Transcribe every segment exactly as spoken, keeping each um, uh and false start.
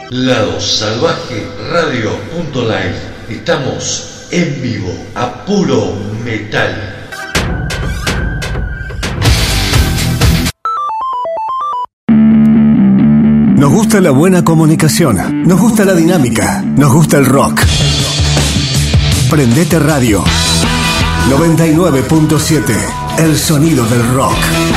Lado Salvaje Radio punto live. Estamos en vivo a puro metal. Nos gusta la buena comunicación, nos gusta la dinámica, nos gusta el rock. Prendete Radio noventa y nueve punto siete, el sonido del rock.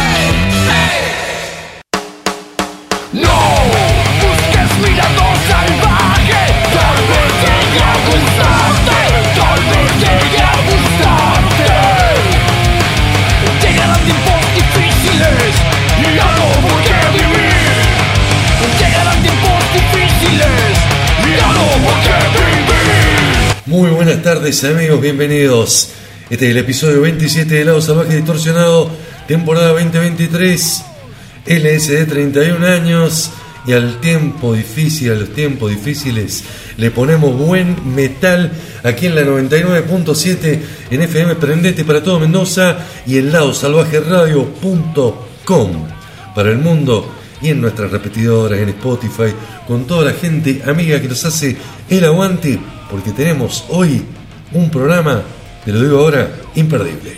Muy buenas tardes, amigos, bienvenidos. Este es el episodio veintisiete de Lado Salvaje Distorsionado, temporada veinte veintitrés, L S D treinta y un años, y al tiempo difícil, a los tiempos difíciles, le ponemos buen metal aquí en la noventa y nueve punto siete en F M Prendete para todo Mendoza y en lado salvaje radio punto com para el mundo y en nuestras repetidoras, en Spotify, con toda la gente amiga que nos hace el aguante, porque tenemos hoy un programa, te lo digo ahora, imperdible.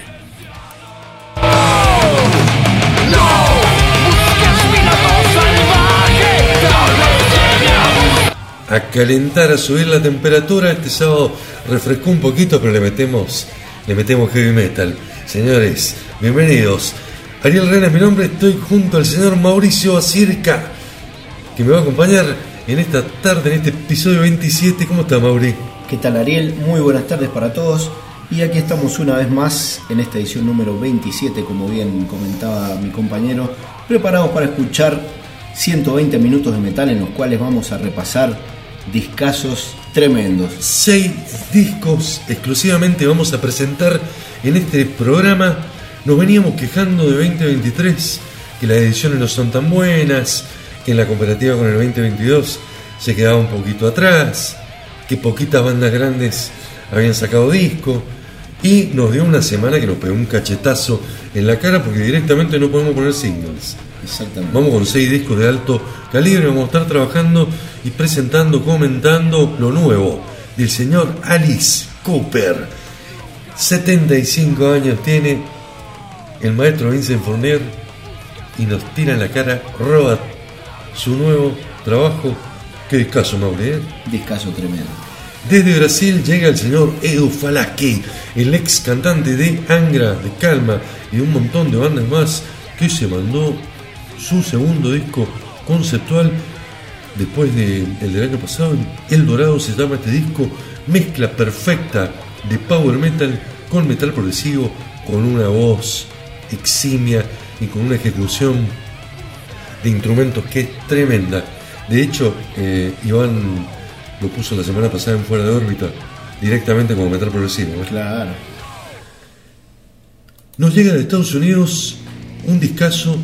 A calentar, a subir la temperatura. Este sábado refrescó un poquito, pero le metemos, le metemos heavy metal. Señores, bienvenidos. Ariel Rena es mi nombre, estoy junto al señor Mauricio Acirca, que me va a acompañar en esta tarde, en este episodio veintisiete. ¿Cómo está, Mauri? ¿Qué tal, Ariel? Muy buenas tardes para todos. Y aquí estamos una vez más en esta edición número veintisiete, como bien comentaba mi compañero, preparados para escuchar ciento veinte minutos de metal en los cuales vamos a repasar discazos tremendos. Seis discos exclusivamente vamos a presentar en este programa. Nos veníamos quejando de veinte veintitrés, que las ediciones no son tan buenas, que en la comparativa con el veinte veintidós se quedaba un poquito atrás, que poquitas bandas grandes habían sacado disco, y nos dio una semana que nos pegó un cachetazo en la cara porque directamente no podemos poner singles. Exactamente. Vamos con seis discos de alto calibre, vamos a estar trabajando y presentando, comentando lo nuevo del señor Alice Cooper. setenta y cinco años tiene el maestro Vincent Fournier y nos tira en la cara Road, su nuevo trabajo. Qué discazo, Mauri, ¿eh? Discazo tremendo. Desde Brasil llega el señor Edu Falaschi, el ex cantante de Angra, de Calma y de un montón de bandas más, que se mandó su segundo disco conceptual después del de, del año pasado. El Dorado se llama este disco, mezcla perfecta de power metal con metal progresivo, con una voz eximia y con una ejecución de instrumentos que es tremenda. De hecho, eh, Iván lo puso la semana pasada en Fuera de Órbita, directamente como metal progresivo, ¿eh? Claro. Nos llega de Estados Unidos un discazo,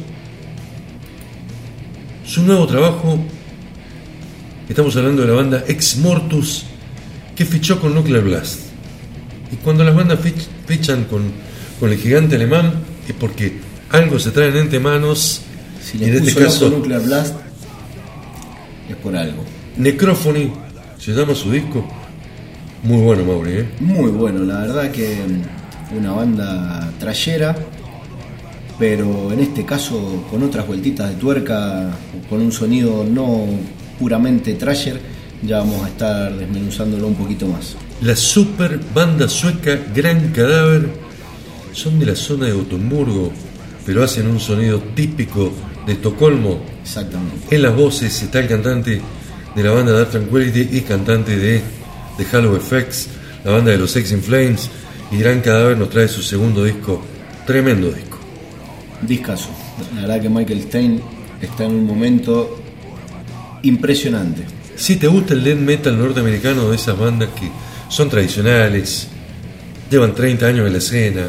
su nuevo trabajo. Estamos hablando de la banda Ex Mortus, que fichó con Nuclear Blast. Y cuando las bandas fich- fichan con, con el gigante alemán, es porque algo se traen entre manos. Si y le en puso este caso, Nuclear Blast, es por algo. Necrophony se llama su disco. Muy bueno, Mauri, ¿eh? Muy bueno, la verdad que una banda trayera, pero en este caso con otras vueltitas de tuerca, con un sonido no puramente trasher. Ya vamos a estar desmenuzándolo un poquito más. La super banda sueca Gran Cadáver son de la zona de Gotemburgo, pero hacen un sonido típico de Estocolmo. Exactamente. En las voces está el cantante de la banda Dark Tranquility y cantante de The Halo Effects, la banda de los Sex in Flames. Y Gran Cadáver nos trae su segundo disco, tremendo disco. Discazo. La verdad que Michael Stein está en un momento impresionante. Si te gusta el death metal norteamericano, de esas bandas que son tradicionales, llevan treinta años en la escena,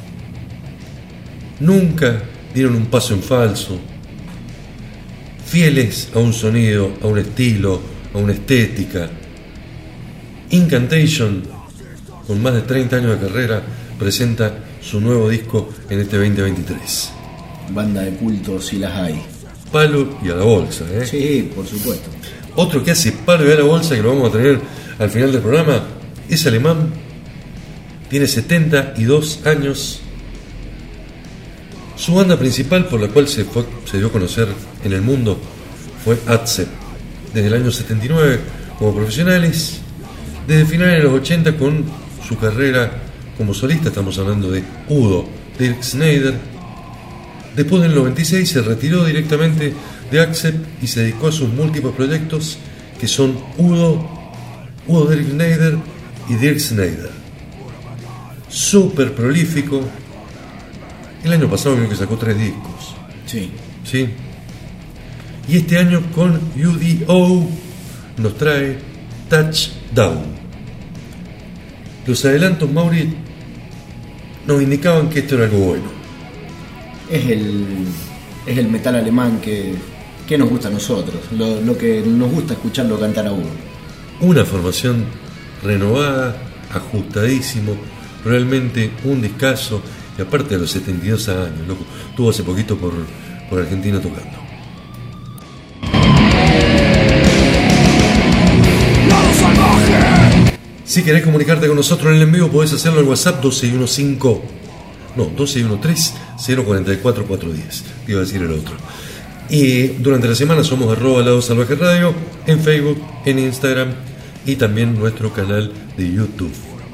nunca dieron un paso en falso, fieles a un sonido, a un estilo, a una estética. Incantation, con más de treinta años de carrera, presenta su nuevo disco en este veinte veintitrés. Banda de culto si las hay. palo y a la bolsa, ¿eh? Sí, por supuesto. Otro que hace palo y a la bolsa, que lo vamos a tener al final del programa, es alemán, tiene setenta y dos años. Su banda principal por la cual se, fue, se dio a conocer en el mundo fue Accept, desde el año setenta y nueve como profesionales, desde finales de los ochenta con su carrera como solista. Estamos hablando de Udo Dirk Schneider. Después del noventa y seis se retiró directamente de Accept y se dedicó a sus múltiples proyectos, que son Udo, Udo Dirk Schneider y Dirk Schneider. Súper prolífico. El año pasado creo que sacó tres discos. Sí. ¿Sí? Y este año con U D O nos trae Touchdown. Los adelantos, Mauri, nos indicaban que esto era algo bueno. Es el, es el metal alemán que, que nos gusta a nosotros, lo, lo que nos gusta escucharlo cantar a uno. Una formación renovada, ajustadísimo, realmente un discazo, y aparte de los setenta y dos años, loco, estuvo hace poquito por, por Argentina tocando. Si querés comunicarte con nosotros en el envío, podés hacerlo al WhatsApp doce y quince, no, doce y trece, cero cuarenta y cuatro, cuatrocientos diez, te iba a decir el otro. Y durante la semana somos arroba Lado Salvaje Radio, en Facebook, en Instagram y también nuestro canal de YouTube.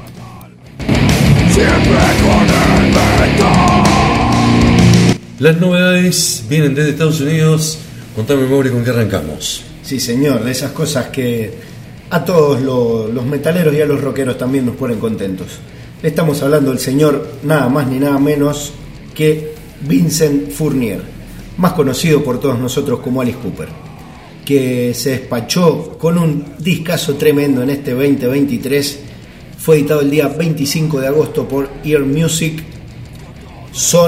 Las novedades vienen desde Estados Unidos. Contame, Mauri, con qué arrancamos. Sí, señor, de esas cosas que a todos los, los metaleros y a los rockeros también nos ponen contentos. Le estamos hablando del señor nada más ni nada menos que Vincent Fournier, más conocido por todos nosotros como Alice Cooper, que se despachó con un discazo tremendo en este veinte veintitrés. Fue editado el día veinticinco de agosto por Ear Music. Son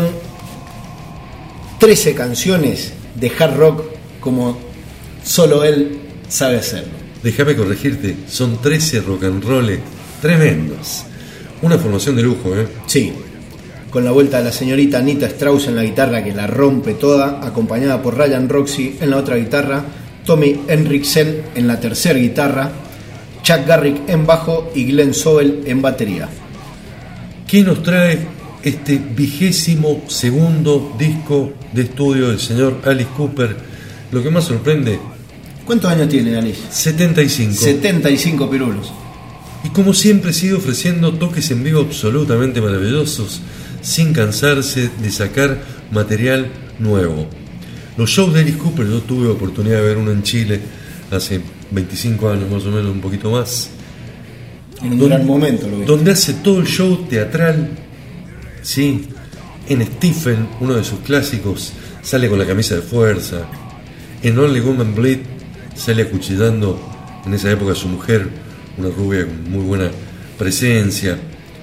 trece canciones de hard rock como solo él sabe hacerlo. Déjame corregirte, son trece rock and roll tremendos. Una formación de lujo, ¿eh? Sí, con la vuelta de la señorita Anita Strauss en la guitarra, que la rompe toda, acompañada por Ryan Roxy en la otra guitarra, Tommy Henriksen en la tercera guitarra, Chuck Garrick en bajo y Glenn Sobel en batería. ¿Qué nos trae este vigésimo segundo disco de estudio del señor Alice Cooper? Lo que más sorprende... ¿Cuántos años tiene Alice? setenta y cinco. setenta y cinco pirulos. Y como siempre sigue ofreciendo toques en vivo absolutamente maravillosos, sin cansarse de sacar material nuevo. Los shows de Alice Cooper, yo tuve oportunidad de ver uno en Chile hace veinticinco años más o menos, un poquito más. En un gran momento lo vi. Donde hace todo el show teatral, sí. En Stephen, uno de sus clásicos, sale con la camisa de fuerza. En Only Woman Bleed sale acuchillando en esa época a su mujer, una rubia con muy buena presencia.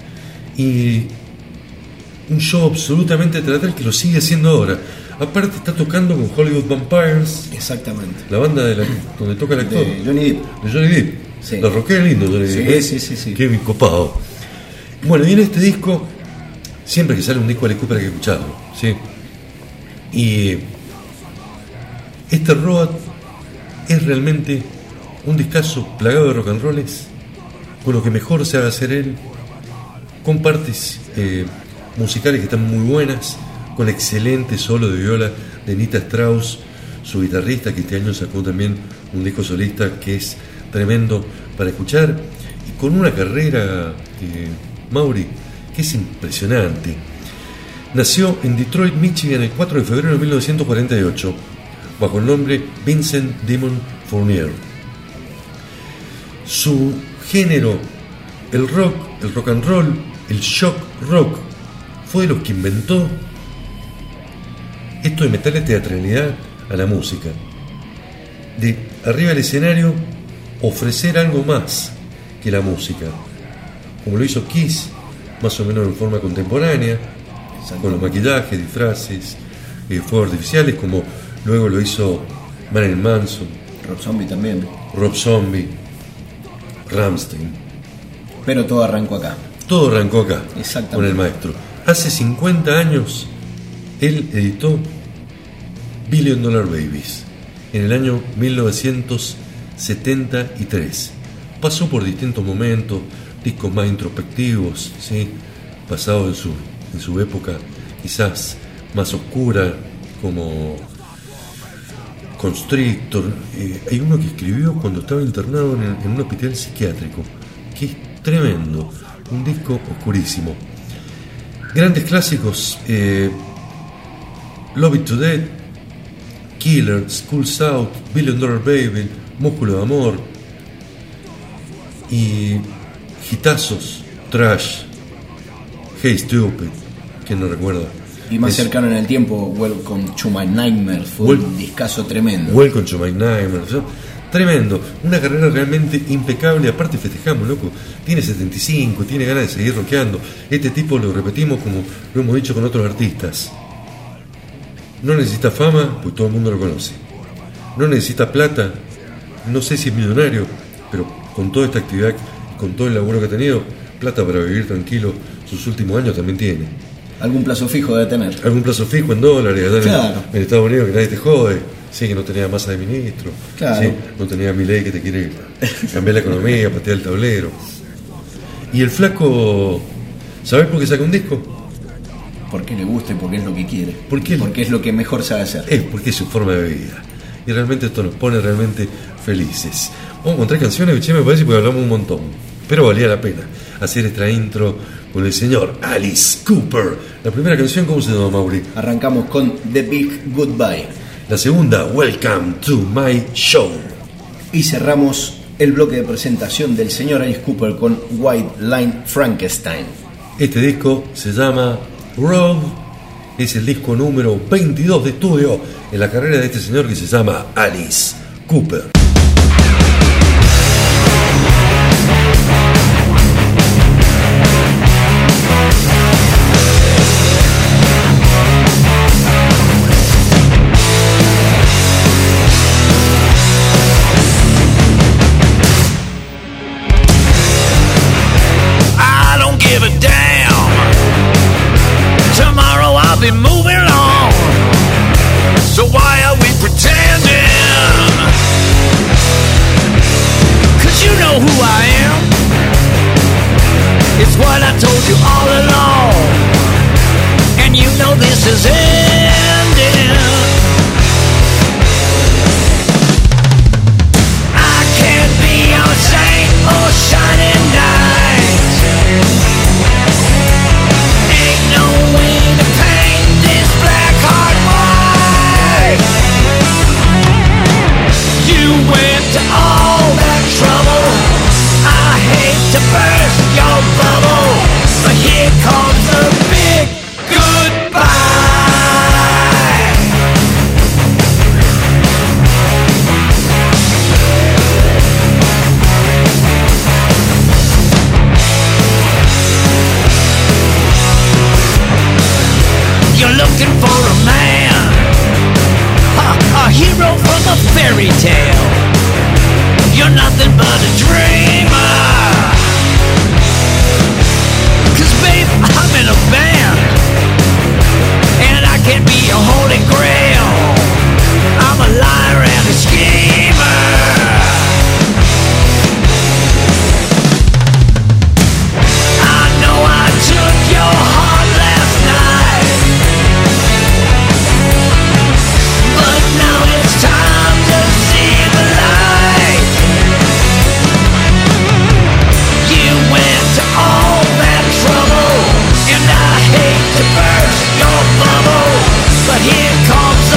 Y un show absolutamente teatral que lo sigue haciendo ahora. Aparte está tocando con Hollywood Vampires. Exactamente. La banda de la, donde toca el actor. De Johnny Depp. De Johnny Depp. Sí. La rockera lindo Johnny Sí, Depp. ¿eh? sí, sí, sí. Qué bien copado. Bueno, y en este disco, siempre que sale un disco de Alice Cooper hay que escucharlo, ¿sí? Y este Road es realmente un discazo plagado de rock and rolls, con lo que mejor se haga hacer él, con partes eh, musicales que están muy buenas, con excelente solo de viola de Anita Strauss, su guitarrista, que este año sacó también un disco solista que es tremendo para escuchar, y con una carrera, eh, Mauri, que es impresionante. Nació en Detroit, Michigan, el cuatro de febrero de mil novecientos cuarenta y ocho, bajo el nombre Vincent Damon Fournier. Su género, el rock, el rock and roll, el shock rock, fue de los que inventó esto de meterle teatralidad a la música, de arriba del escenario ofrecer algo más que la música, como lo hizo Kiss, más o menos en forma contemporánea, con los maquillajes, disfraces, eh, fuegos artificiales, como luego lo hizo Marilyn Manson, Rob Zombie también. Rob Zombie, Rammstein. Pero todo arrancó acá. Todo arrancó acá, Exactamente. con el maestro. Hace cincuenta años él editó Billion Dollar Babies, en el año mil novecientos setenta y tres. Pasó por distintos momentos, discos más introspectivos, ¿sí? Pasados en su, en su época quizás más oscura, como Constrictor. Eh, hay uno que escribió cuando estaba internado en, el, en un hospital psiquiátrico, que es tremendo, un disco oscurísimo. Grandes clásicos, eh, Love It to Death, Killer, Schools Out, Billion Dollar Baby, Músculo de Amor, y hitazos, Trash, Hey Stupid, ¿quién no recuerda? Y más es, cercano en el tiempo, Welcome to My Nightmare, fue Wel- un discazo tremendo. Welcome to My Nightmare, ¿sí? Tremendo, una carrera realmente impecable. Aparte festejamos, loco, tiene setenta y cinco, tiene ganas de seguir rockeando. Este tipo, lo repetimos como lo hemos dicho con otros artistas, no necesita fama, pues todo el mundo lo conoce. No necesita plata, no sé si es millonario, pero con toda esta actividad, con todo el laburo que ha tenido, plata para vivir tranquilo sus últimos años también tiene. Algún plazo fijo debe tener. Algún plazo fijo en dólares, allá Claro. en, en Estados Unidos, que nadie te jode. Sí, que no tenía masa de ministro. Claro. Sí, no tenía mi ley que te quiere cambiar la economía, patear el tablero. Y el flaco, ¿sabés por qué saca un disco? Porque le gusta y porque es lo que quiere. ¿Por qué? Porque es lo que mejor sabe hacer. Es porque es su forma de vida. Y realmente esto nos pone realmente felices. Vamos con tres canciones, biché, me parece, porque hablamos un montón. Pero valía la pena hacer esta intro con el señor Alice Cooper. La primera canción, ¿cómo se llama, Mauri? Arrancamos con The Big Goodbye. La segunda, Welcome to My Show. Y cerramos el bloque de presentación del señor Alice Cooper con White Line Frankenstein. Este disco se llama Road. Es el disco número veintidós de estudio en la carrera de este señor que se llama Alice Cooper. Be moving on, so why are we pretending? Cause you know who I am, it's what I told you all along, and you know this is ending. I can't be your saint or shining knight, ain't no way to paint this black heart white. You went to all that trouble, I hate to burst your bubble, but here comes the big goodbye. You're looking for a man, a, a hero from a fairy tale. You're nothing but a dreamer. Cause babe, I'm in a band, and I can't be a holy grail. I'm a liar and a schemer. I know I took your heart last night, but now it's time to see the light. You went to all that trouble, and I hate to burst your bubble, but here comes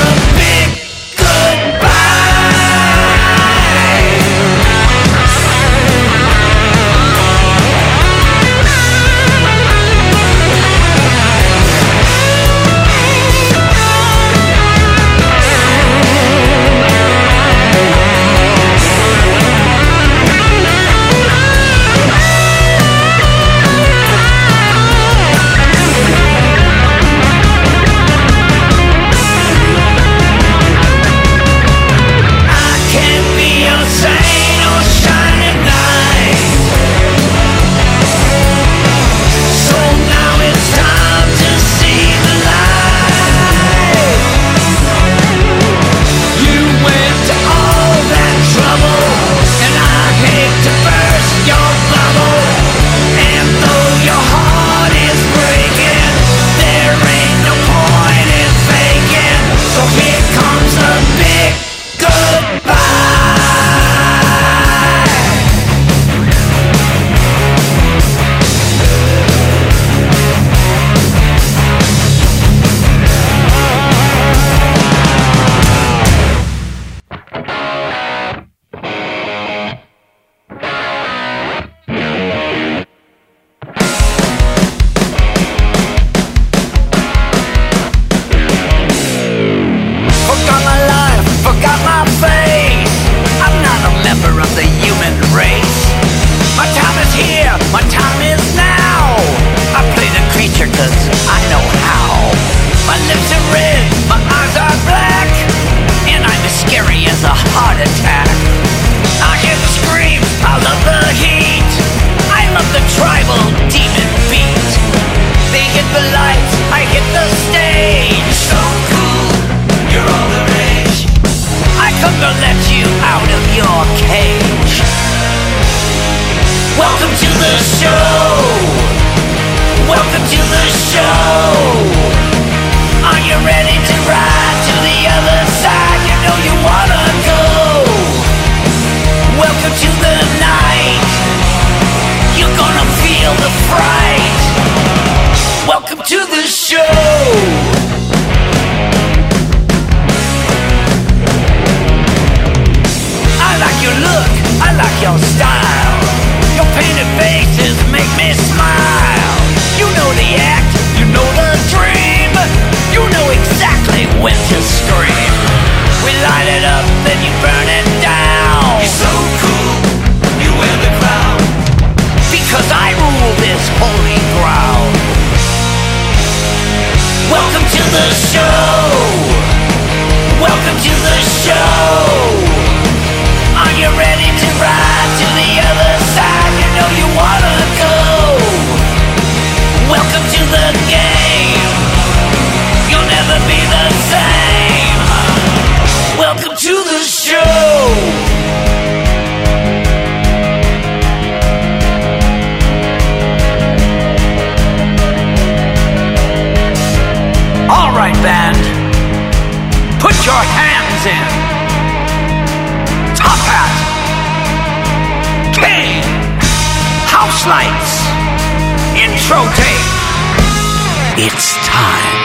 come to let you out of your cage. Welcome to the show. Welcome to the show. Are you ready to ride to the other side? You know you wanna go. Welcome to the night. You're gonna feel the fright. Welcome to the show. I like your look, I like your style. Your painted faces make me smile. You know the act, you know the dream. You know exactly when to scream. We light it up, then you burn it down. You're so cool, you wear the crown. Because I rule this holy ground. Welcome to the show. Welcome to the show. Are you ready to ride to the other side? You know you wanna go. Welcome to the game. You'll never be the same. Welcome to the show. All right, band. Put your hands in. Top hat. King. House lights. Intro tape. It's time.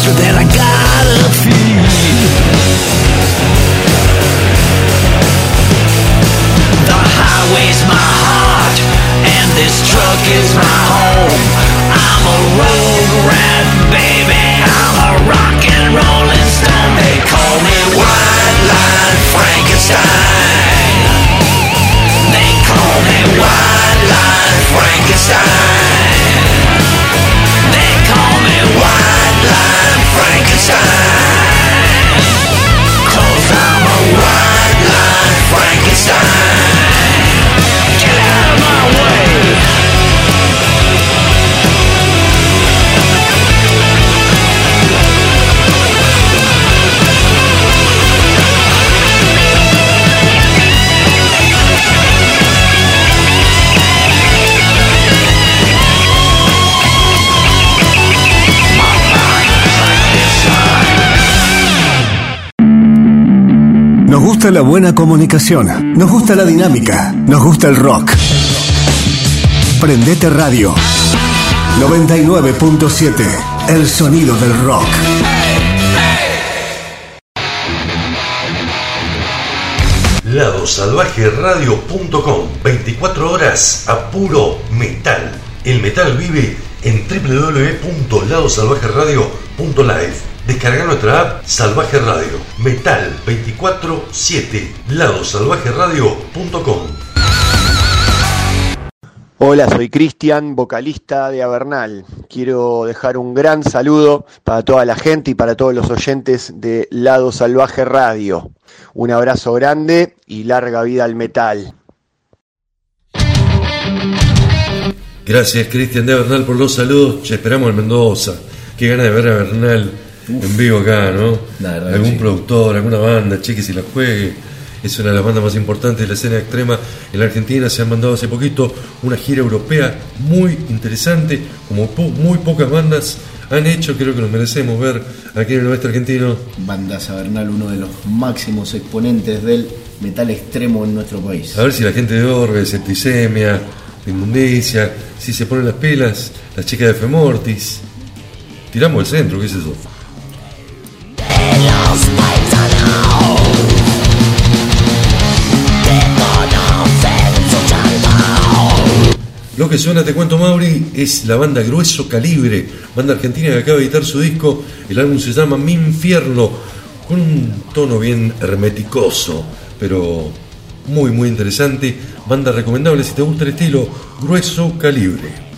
monster that I gotta feed. The highway's my heart, and this truck is my home. I'm a road rat, baby, I'm a rock and rolling stone. They call me White Line Frankenstein. They call me White Line Frankenstein. They call me White Line Frankenstein. 'Cause I'm a White Line Frankenstein. Get out of my way. Nos gusta la buena comunicación, nos gusta la dinámica, nos gusta el rock. Prendete Radio noventa y nueve punto siete, el sonido del rock. lado salvaje radio punto com, veinticuatro horas a puro metal. El metal vive en doble u doble u doble u punto lado salvaje radio punto live. Descarga nuestra app Salvaje Radio. Metal veinticuatro siete, lado salvaje radio punto com. Hola, soy Cristian, vocalista de Avernal. Quiero dejar un gran saludo para toda la gente y para todos los oyentes de Lado Salvaje Radio. Un abrazo grande y larga vida al metal. Gracias, Cristian de Avernal, por los saludos. Ya esperamos en Mendoza. Qué ganas de ver a Avernal en vivo acá, ¿no? La verdad, algún sí. productor, alguna banda, che, que se la juegue. Es una de las bandas más importantes de la escena extrema en la Argentina. Se han mandado hace poquito una gira europea muy interesante, como po- muy pocas bandas han hecho. Creo que nos merecemos ver aquí en el oeste argentino. Bandas Avernal, uno de los máximos exponentes del metal extremo en nuestro país. A ver si la gente de Orbe, Septicemia, de Inmundicia, si se ponen las pilas, las chicas de Femortis. Tiramos el centro, ¿qué es eso? Lo que suena, te cuento, Mauri, es la banda Grueso Calibre, banda argentina que acaba de editar su disco. El álbum se llama Mi Infierno, con un tono bien hermeticoso, pero muy muy interesante. Banda recomendable si te gusta el estilo. Grueso Calibre.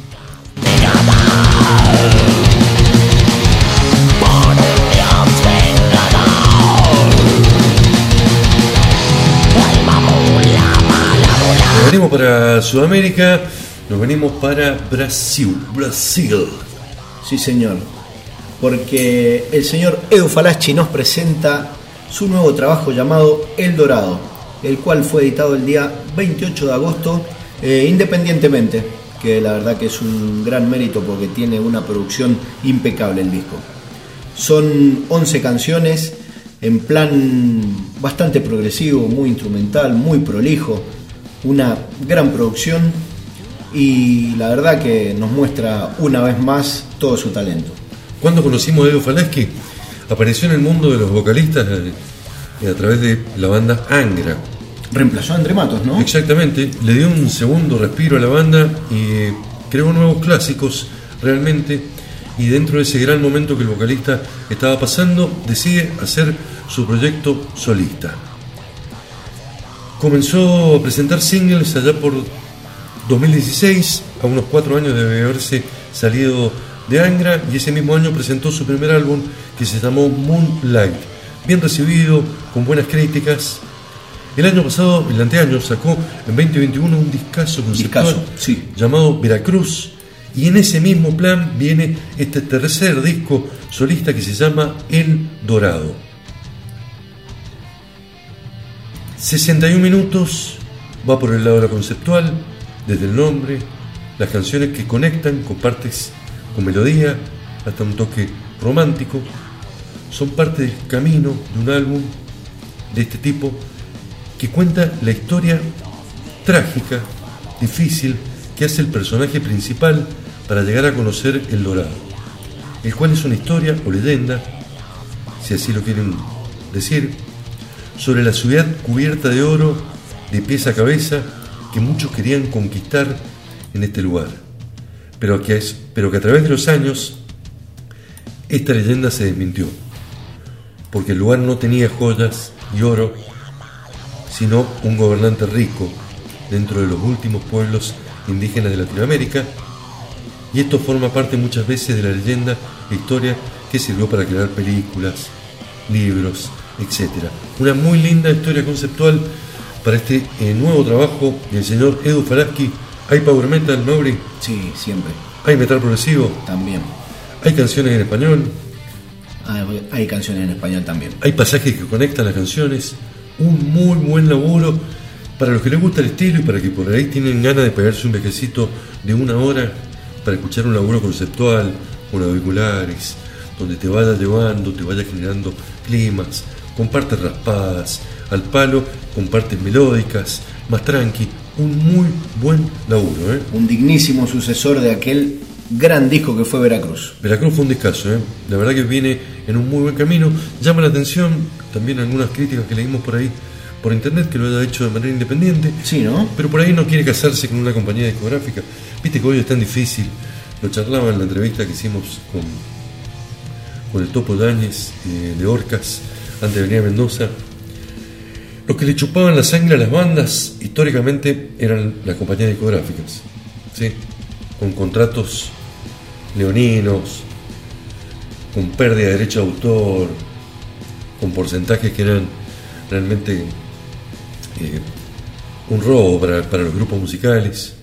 Nos venimos para Sudamérica, nos venimos para Brasil, Brasil. Sí, señor. Porque el señor Edu Falaschi nos presenta su nuevo trabajo llamado El Dorado, el cual fue editado el día veintiocho de agosto, eh, independientemente, que la verdad que es un gran mérito porque tiene una producción impecable el disco. Son once canciones en plan bastante progresivo, muy instrumental, muy prolijo, una gran producción y la verdad que nos muestra una vez más todo su talento. Cuando conocimos a Edu Falaschi, apareció en el mundo de los vocalistas eh, a través de la banda Angra. Reemplazó a André Matos, ¿no? Exactamente, le dio un segundo respiro a la banda y creó nuevos clásicos realmente. Y dentro de ese gran momento que el vocalista estaba pasando, decide hacer su proyecto solista. Comenzó a presentar singles allá por dos mil dieciséis, a unos cuatro años de haberse salido de Angra, y ese mismo año presentó su primer álbum que se llamó Moonlight, bien recibido, con buenas críticas. El año pasado, el anteaño, sacó en veinte veintiuno un discazo conceptual Discazo, sí. llamado Veracruz, y en ese mismo plan viene este tercer disco solista que se llama El Dorado. sesenta y un minutos, va por el lado de la conceptual, desde el nombre, las canciones que conectan con partes con melodía, hasta un toque romántico, son parte del camino de un álbum de este tipo que cuenta la historia trágica, difícil, que hace el personaje principal para llegar a conocer El Dorado. el cual es una historia o leyenda, si así lo quieren decir, sobre la ciudad cubierta de oro de pies a cabeza que muchos querían conquistar en este lugar, pero que, es, pero que a través de los años esta leyenda se desmintió, porque el lugar no tenía joyas y oro, sino un gobernante rico dentro de los últimos pueblos indígenas de Latinoamérica, y esto forma parte muchas veces de la leyenda e historia que sirvió para crear películas, libros, etcétera. Una muy linda historia conceptual para este eh, nuevo trabajo del señor Edu Falaschi. ¿Hay power metal, Mauri? Sí, siempre. ¿Hay metal progresivo? También. ¿Hay canciones en español? Hay, hay canciones en español también. ¿Hay pasajes que conectan las canciones? Un muy buen laburo para los que les gusta el estilo y para que por ahí tienen ganas de pegarse un viajecito de una hora para escuchar un laburo conceptual, con auriculares, donde te vaya llevando, te vaya generando climas, con partes raspadas, al palo, con partes melódicas, más tranqui. Un muy buen laburo, ¿eh? Un dignísimo sucesor de aquel gran disco que fue Veracruz. Veracruz fue un discazo, ¿eh? La verdad que viene en un muy buen camino. Llama la atención también algunas críticas que leímos por ahí por internet, que lo haya hecho de manera independiente. Sí, ¿no? Pero por ahí no quiere casarse con una compañía discográfica. Viste que hoy es tan difícil. Lo charlaba en la entrevista que hicimos con, con el Topo Yáñez eh, de Orcas, antes de venir a Mendoza. Los que le chupaban la sangre a las bandas históricamente eran las compañías discográficas, ¿sí? Con contratos leoninos, con pérdida de derecho de autor, con porcentajes que eran realmente eh, un robo para, para los grupos musicales.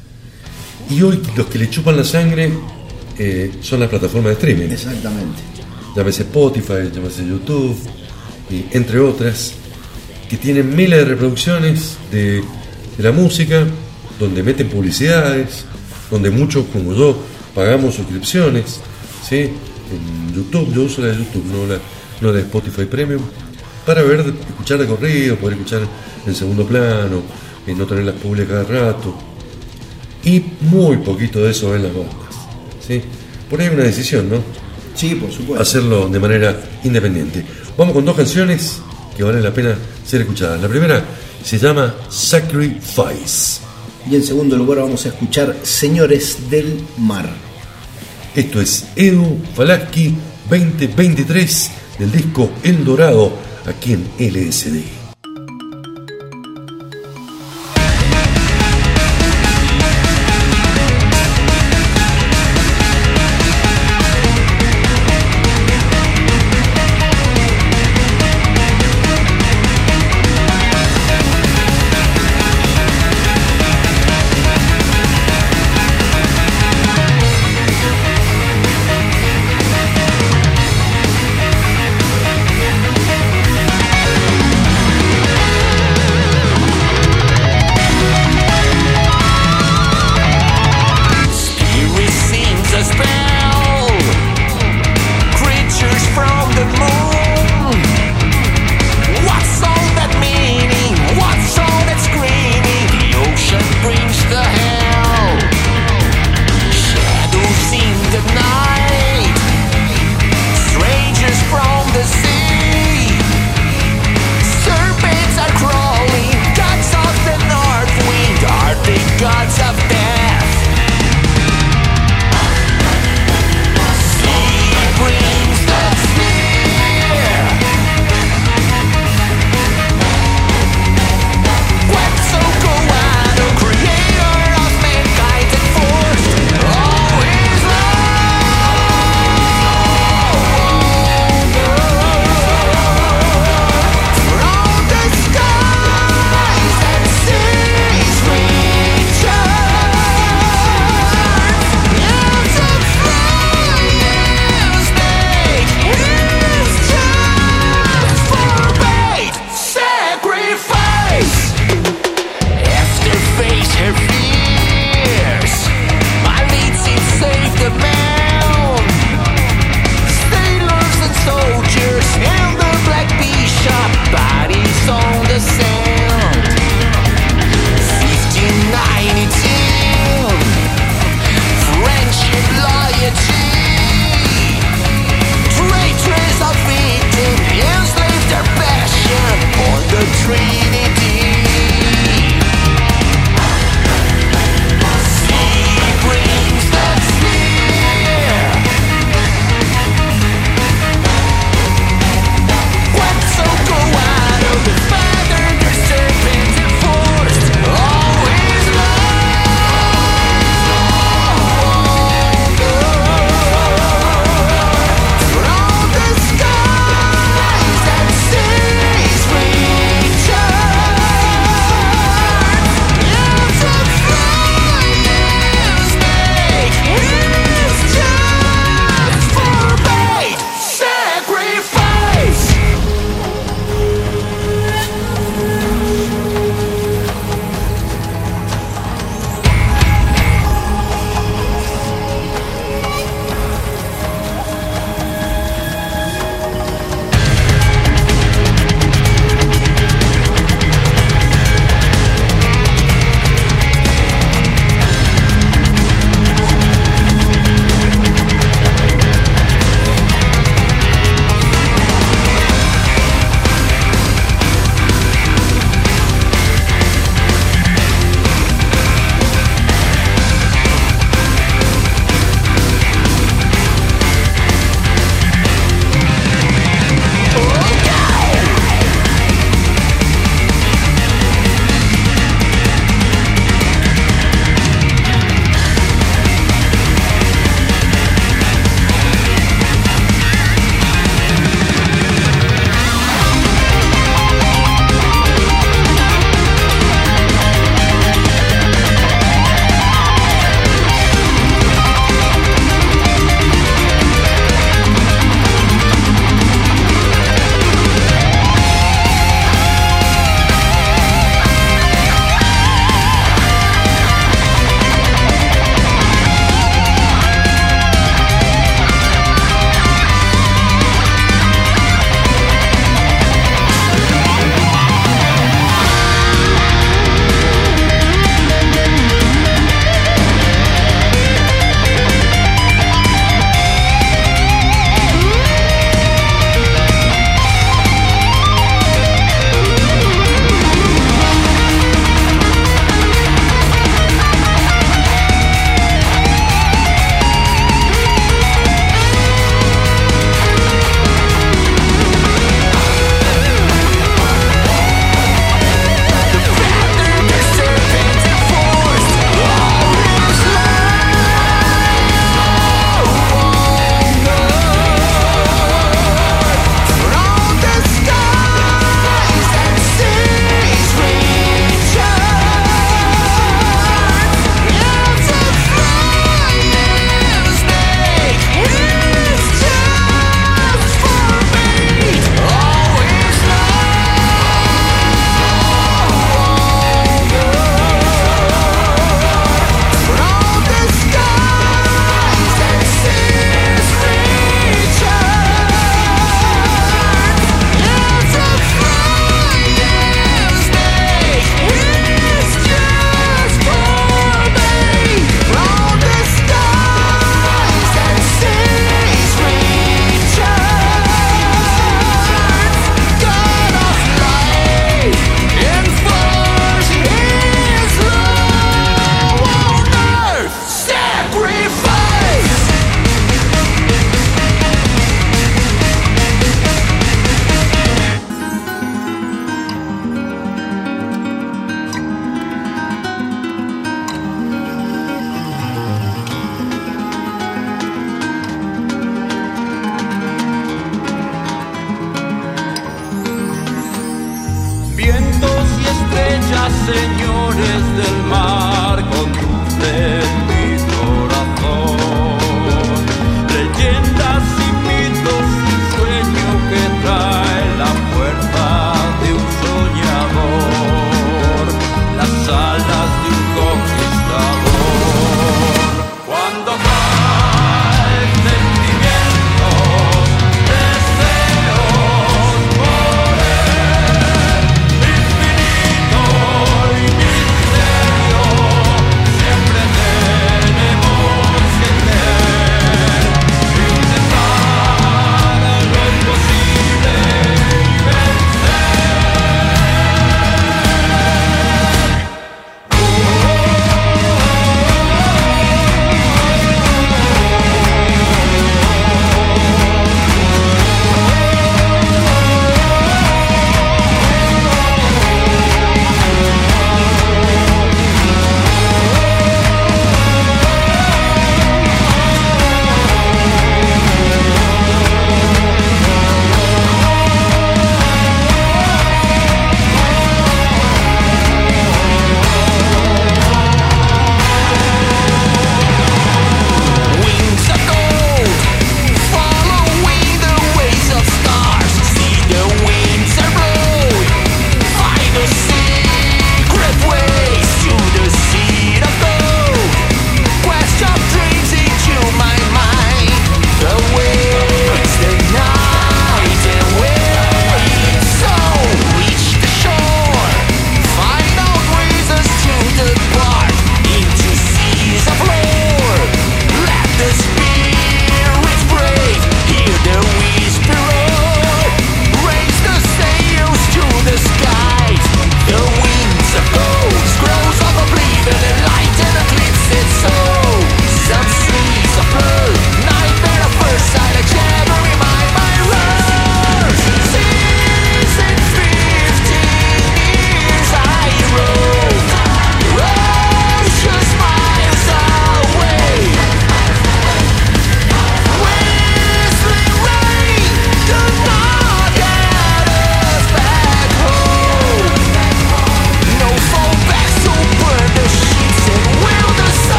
Y hoy los que le chupan la sangre eh, son las plataformas de streaming. Exactamente. Llámese Spotify, llámese YouTube, y entre otras, que tienen miles de reproducciones de, de la música, donde meten publicidades, donde muchos como yo pagamos suscripciones, ¿sí? En YouTube, yo uso la de YouTube, no la, no la de Spotify Premium, para ver, escuchar de corrido, poder escuchar en segundo plano, y no tener las publicidades cada rato. Y muy poquito de eso ven las bandas, ¿sí? Por ahí hay una decisión, ¿no? Sí, por supuesto. Hacerlo de manera independiente. Vamos con dos canciones que vale la pena ser escuchadas. La primera se llama Sacrifice. Y en segundo lugar vamos a escuchar Señores del Mar. Esto es Edu Falaschi veinte veintitrés del disco El Dorado, aquí en L S D. Sacrifice.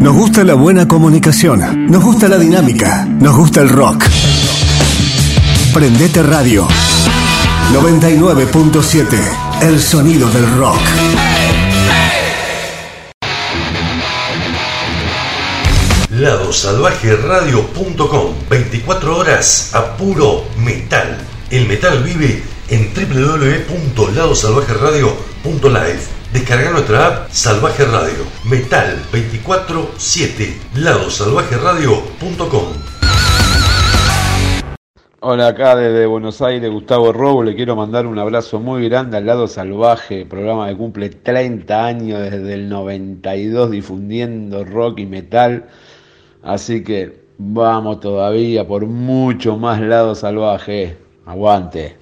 Nos gusta la buena comunicación. Nos gusta la dinámica. Nos gusta el rock. Prendete Radio. noventa y nueve punto siete. El sonido del rock. lado salvaje radio punto com. veinticuatro horas a puro metal. El metal vive en doble u doble u doble u punto lado salvaje radio punto live. Descarga nuestra app Salvaje Radio. Metal veinticuatro siete. lado salvaje radio punto com. Hola, acá desde Buenos Aires, Gustavo Robo. Le quiero mandar un abrazo muy grande al Lado Salvaje, programa que cumple treinta años desde el noventa y dos difundiendo rock y metal. Así que vamos todavía por mucho más Lado Salvaje. Aguante.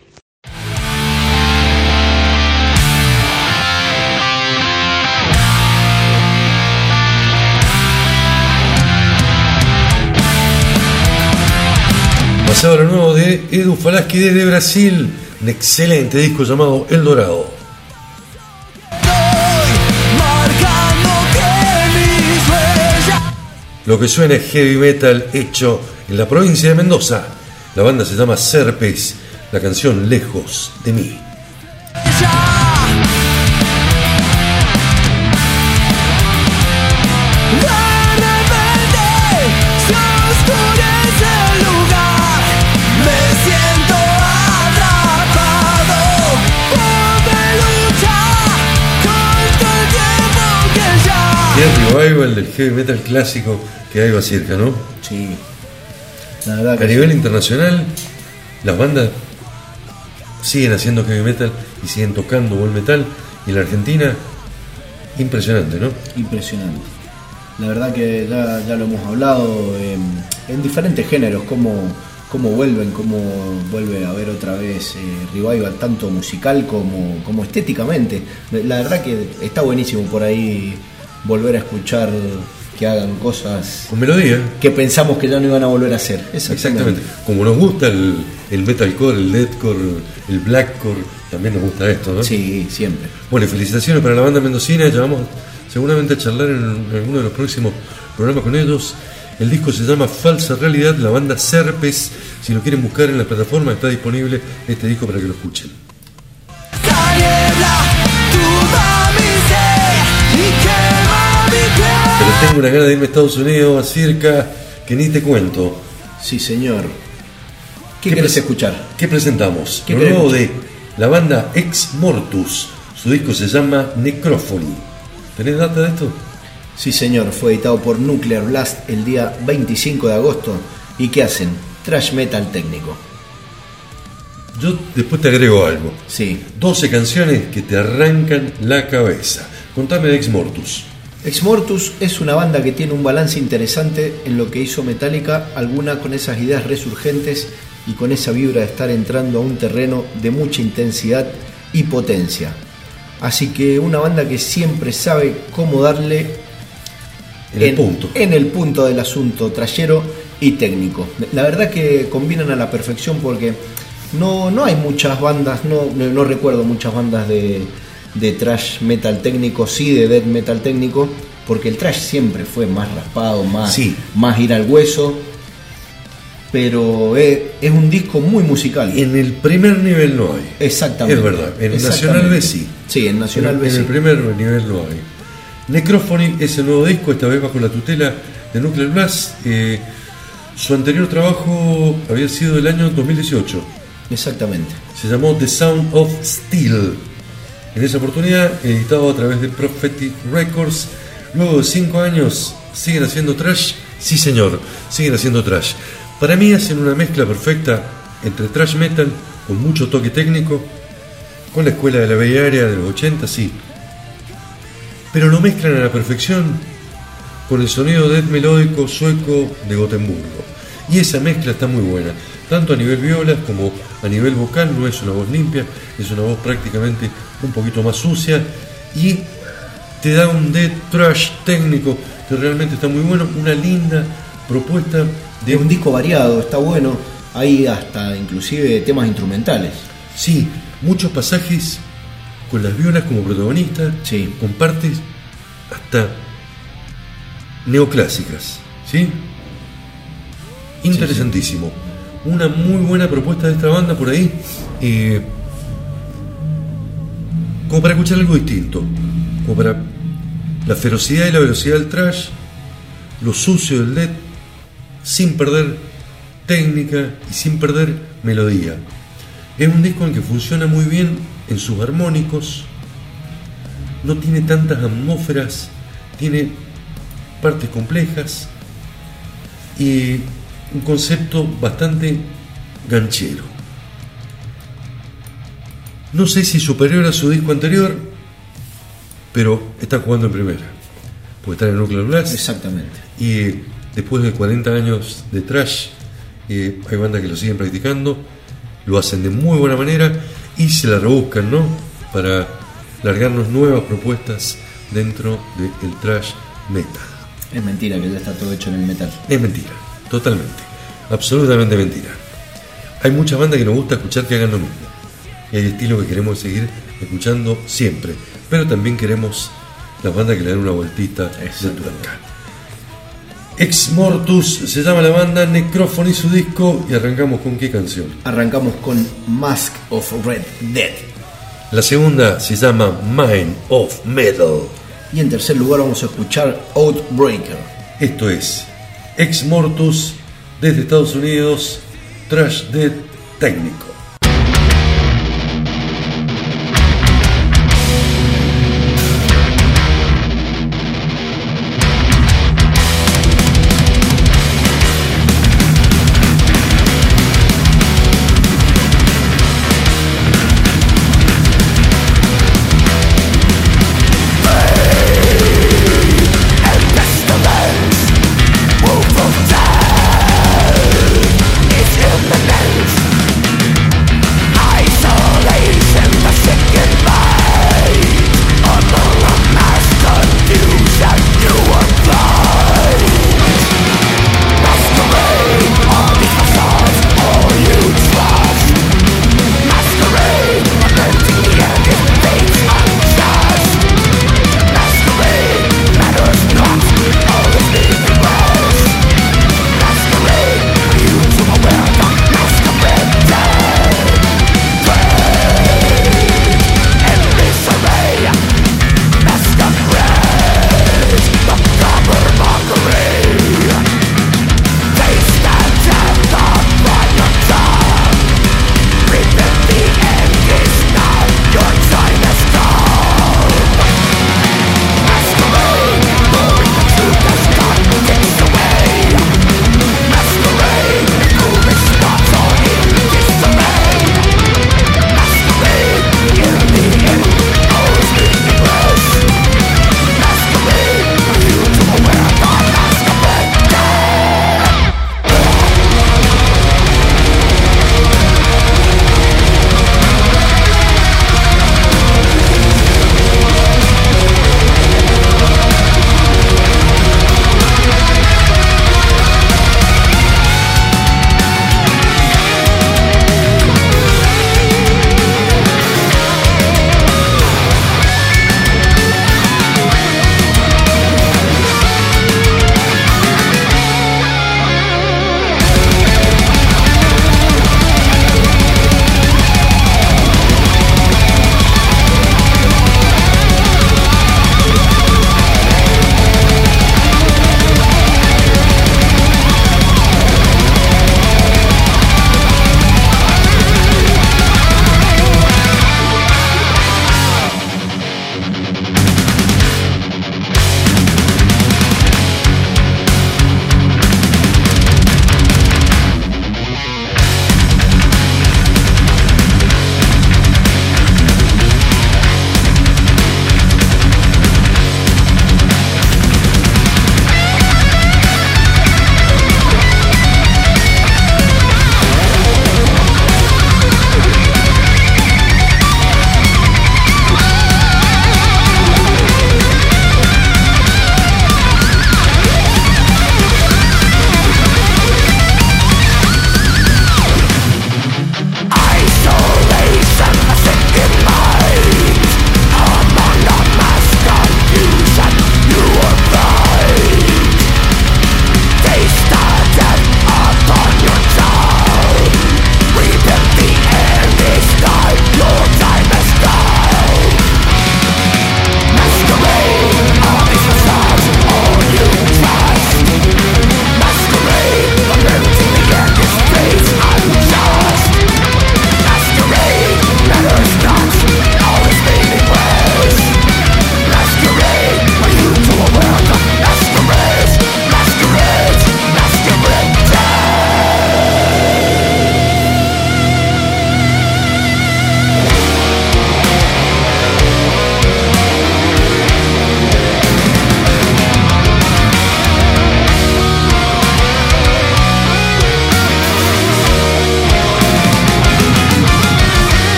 Ahora nuevo de Edu Falaschi desde Brasil, un excelente disco llamado El Dorado. Lo que suena es heavy metal hecho en la provincia de Mendoza. La banda se llama Serpes, la canción Lejos de mí. Y el revival del heavy metal clásico que hay cerca, ¿no? Sí. La verdad que a nivel sí. internacional, las bandas siguen haciendo heavy metal y siguen tocando buen metal. Y en la Argentina, impresionante, ¿no? Impresionante. La verdad que ya, ya lo hemos hablado eh, en diferentes géneros, cómo, cómo vuelven, cómo vuelve a haber otra vez eh, revival, tanto musical como, como estéticamente. La verdad que está buenísimo por ahí volver a escuchar que hagan cosas con melodía que pensamos que ya no iban a volver a hacer. Exactamente, Exactamente. Como nos gusta el, el metalcore, el deathcore, el blackcore, también nos gusta esto, ¿no? Sí, siempre. Bueno, felicitaciones para la banda mendocina. Ya vamos seguramente a charlar en, en alguno de los próximos programas con ellos. El disco se llama Falsa Realidad, la banda Serpes. Si lo quieren buscar en la plataforma, está disponible este disco para que lo escuchen. Pero tengo una gana de irme a Estados Unidos, a Circa, que ni te cuento. Sí, señor. ¿Qué, ¿Qué querés pre- escuchar? ¿Qué presentamos? ¿Qué Lo nuevo de la banda Ex Mortus. Su disco se llama Necrophony. ¿Tenés data de esto? Sí, señor. Fue editado por Nuclear Blast el día veinticinco de agosto. ¿Y qué hacen? Thrash metal técnico. Yo después te agrego algo. Sí. doce canciones que te arrancan la cabeza. Contame de Ex Mortus. Ex Mortus es una banda que tiene un balance interesante en lo que hizo Metallica, alguna con esas ideas resurgentes y con esa vibra de estar entrando a un terreno de mucha intensidad y potencia. Así que una banda que siempre sabe cómo darle en el punto, en el punto del asunto, trayero y técnico. La verdad que combinan a la perfección porque no, no hay muchas bandas, no, no recuerdo muchas bandas de de thrash metal técnico, sí, de death metal técnico, porque el thrash siempre fue más raspado, más, sí. más ir al hueso, pero es, es un disco muy musical. En el primer nivel no hay. Exactamente. Es verdad, en el Nacional B sí. Sí, en Nacional B sí. En el primer nivel no hay. Necrophony es el nuevo disco, esta vez bajo la tutela de Nuclear Blast. Eh, su anterior trabajo había sido del año dos mil dieciocho. Exactamente. Se llamó The Sound of Steel. En esa oportunidad, editado a través de Prophetic Records, luego de cinco años, ¿siguen haciendo thrash? Sí, señor, siguen haciendo thrash. Para mí hacen una mezcla perfecta entre thrash metal, con mucho toque técnico, con la escuela de la Bay Area de los ochenta, sí. Pero lo mezclan a la perfección con el sonido death melódico sueco de Gotemburgo. Y esa mezcla está muy buena, tanto a nivel violas como a nivel vocal. No es una voz limpia, es una voz prácticamente un poquito más sucia y te da un death thrash técnico que realmente está muy bueno, una linda propuesta de es un disco variado, está bueno, hay hasta inclusive temas instrumentales. Sí, muchos pasajes con las violas como protagonistas, sí. con partes hasta neoclásicas, ¿sí? Interesantísimo. Una muy buena propuesta de esta banda por ahí. Eh, como para escuchar algo distinto. Como para la ferocidad y la velocidad del thrash, lo sucio del death, sin perder técnica y sin perder melodía. Es un disco en el que funciona muy bien en sus armónicos. No tiene tantas atmósferas, tiene partes complejas y un concepto bastante ganchero. No sé si superior a su disco anterior, pero está jugando en primera, porque está en el Nuclear Blast. Exactamente. Y después de cuarenta años de thrash, eh, hay bandas que lo siguen practicando, lo hacen de muy buena manera y se la rebuscan, ¿no? Para largarnos nuevas propuestas dentro del thrash metal. Es mentira que ya está todo hecho en el metal. Es mentira, totalmente, absolutamente mentira. Hay muchas bandas que nos gusta escuchar que hagan lo mismo. Y hay estilos que queremos seguir escuchando siempre, pero también queremos las bandas que le dan una vueltita de tuerca. Ex Mortus se llama la banda, Necrophony su disco, y arrancamos con ¿qué canción? Arrancamos con Mask of Red Death. La segunda se llama Mind of Metal. Y en tercer lugar vamos a escuchar Outbreaker. Esto es Ex Mortus desde Estados Unidos, thrash death técnico. It's imminent.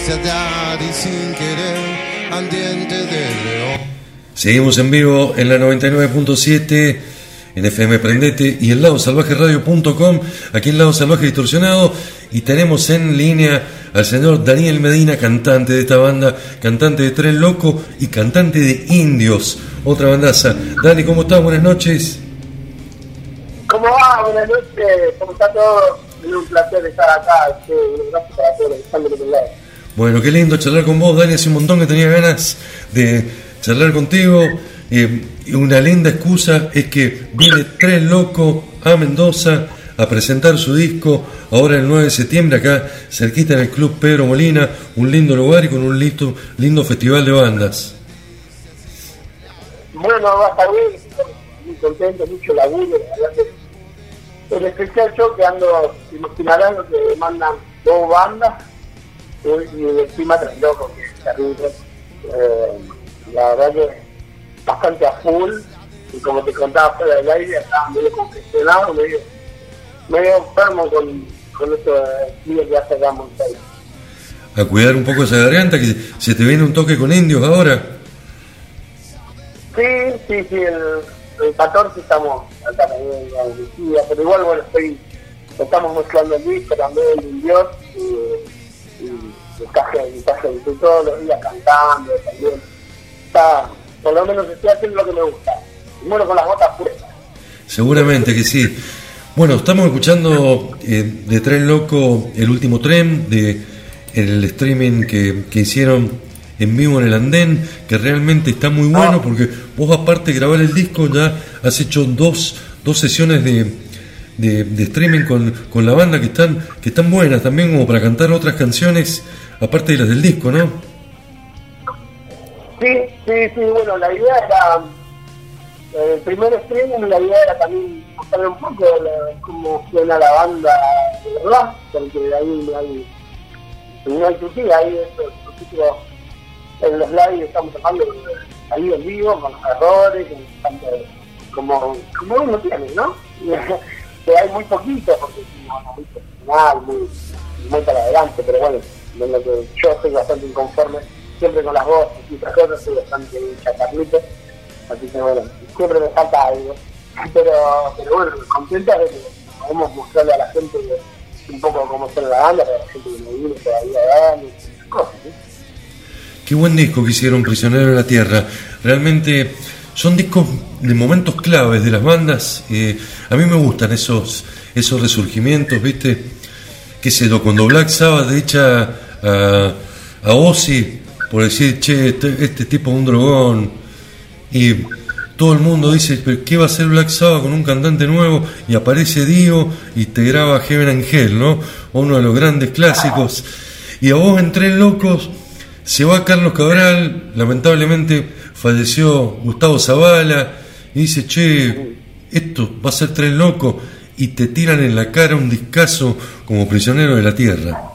ansiedad y sin querer al diente del león. Seguimos en vivo en la noventa y nueve punto siete en F M Prendete y en lado salvaje radio punto com, aquí en Lado Salvaje Distorsionado, y tenemos en línea al señor Daniel Medina, cantante de esta banda, cantante de Tren Loco y cantante de Indios, otra bandaza. Dani, ¿cómo estás? Buenas noches. ¿Cómo va? Buenas noches, ¿cómo está todo? Es un placer estar acá, sí, gracias para todos los que están de otro lado. Bueno, qué lindo charlar con vos, Dani, hace un montón que tenía ganas de charlar contigo. Eh, y una linda excusa es que viene Tren Loco a Mendoza a presentar su disco ahora el nueve de septiembre acá cerquita en el Club Pedro Molina, un lindo lugar y con un lindo, lindo festival de bandas. Bueno, va a estar bien, estoy muy contento, mucho laburo, la verdad que el especial show que ando, imaginarán lo que mandan dos bandas y encima Tren Loco, que es terrible. Eh, la verdad que bastante a full, y como te contaba fuera del aire, estaba medio congestionado, medio, medio enfermo con, con estos días que hace acá en Montaña. A cuidar un poco esa garganta, que se te viene un toque con Indios ahora. Sí, sí, sí, el, el catorce estamos acá también en la Lucía, pero igual, bueno, estoy, estamos mezclando el disco también, el Indios, y, y el caje, el caje, estoy todos los días cantando también. Está, por lo menos estoy haciendo lo que me gusta. Y bueno, con las botas puestas. Seguramente que sí. Bueno, estamos escuchando eh, de Tren Loco el último tren, de el streaming que, que hicieron en vivo en el Andén, que realmente está muy bueno, porque vos, aparte de grabar el disco, ya has hecho dos, dos sesiones de, de, de streaming con, con la banda que están, que están buenas también, como para cantar otras canciones aparte de las del disco, ¿no? Sí, sí, sí, bueno, la idea era, eh, el primer streaming, la idea era también mostrar un poco la, cómo suena la banda de verdad, porque ahí hay, no hay tutía, ahí nosotros en los live estamos tocando ahí en vivo, con los errores, con, como, como uno tiene, ¿no? Que hay muy poquito, porque es muy profesional, muy, muy para adelante, pero bueno, en lo que yo estoy bastante inconforme, siempre con las voces y otras cosas, soy bastante chacarlito, así que bueno, siempre me falta algo, pero, pero bueno, contenta de que podemos mostrarle a la gente un poco cómo suena la banda, para la gente que me viene todavía de años, cosas, ¿sí? Qué buen disco que hicieron, Prisionero de la Tierra. Realmente son discos de momentos claves de las bandas. Eh, a mí me gustan esos esos resurgimientos, ¿viste? Qué sé yo, cuando Black Sabbath echa a, a Ozzy por decir, che, este, este tipo es un drogón, y todo el mundo dice, pero ¿qué va a hacer Black Sabbath con un cantante nuevo? Y aparece Dio y te graba Heaven and Hell, ¿no? Uno de los grandes clásicos. Y a vos, en Tren Locos, se va Carlos Cabral, lamentablemente falleció Gustavo Zavala, y dice, che, esto va a ser Tren Loco, y te tiran en la cara un discazo como Prisionero de la Tierra.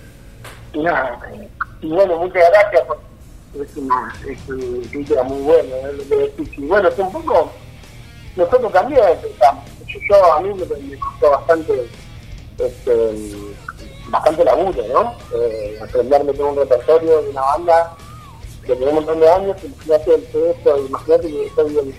Y nada, y bueno, muchas gracias, por, es una es un crítica muy buena, ¿eh? Lo que decís. Y bueno, es un poco, nosotros también empezamos, yo, yo a mí me, me costó bastante, este, bastante laburo, ¿no? Eh, aprenderme todo un repertorio de una banda que tiene un montón de años, imagínate el esto, imagínate que soy el,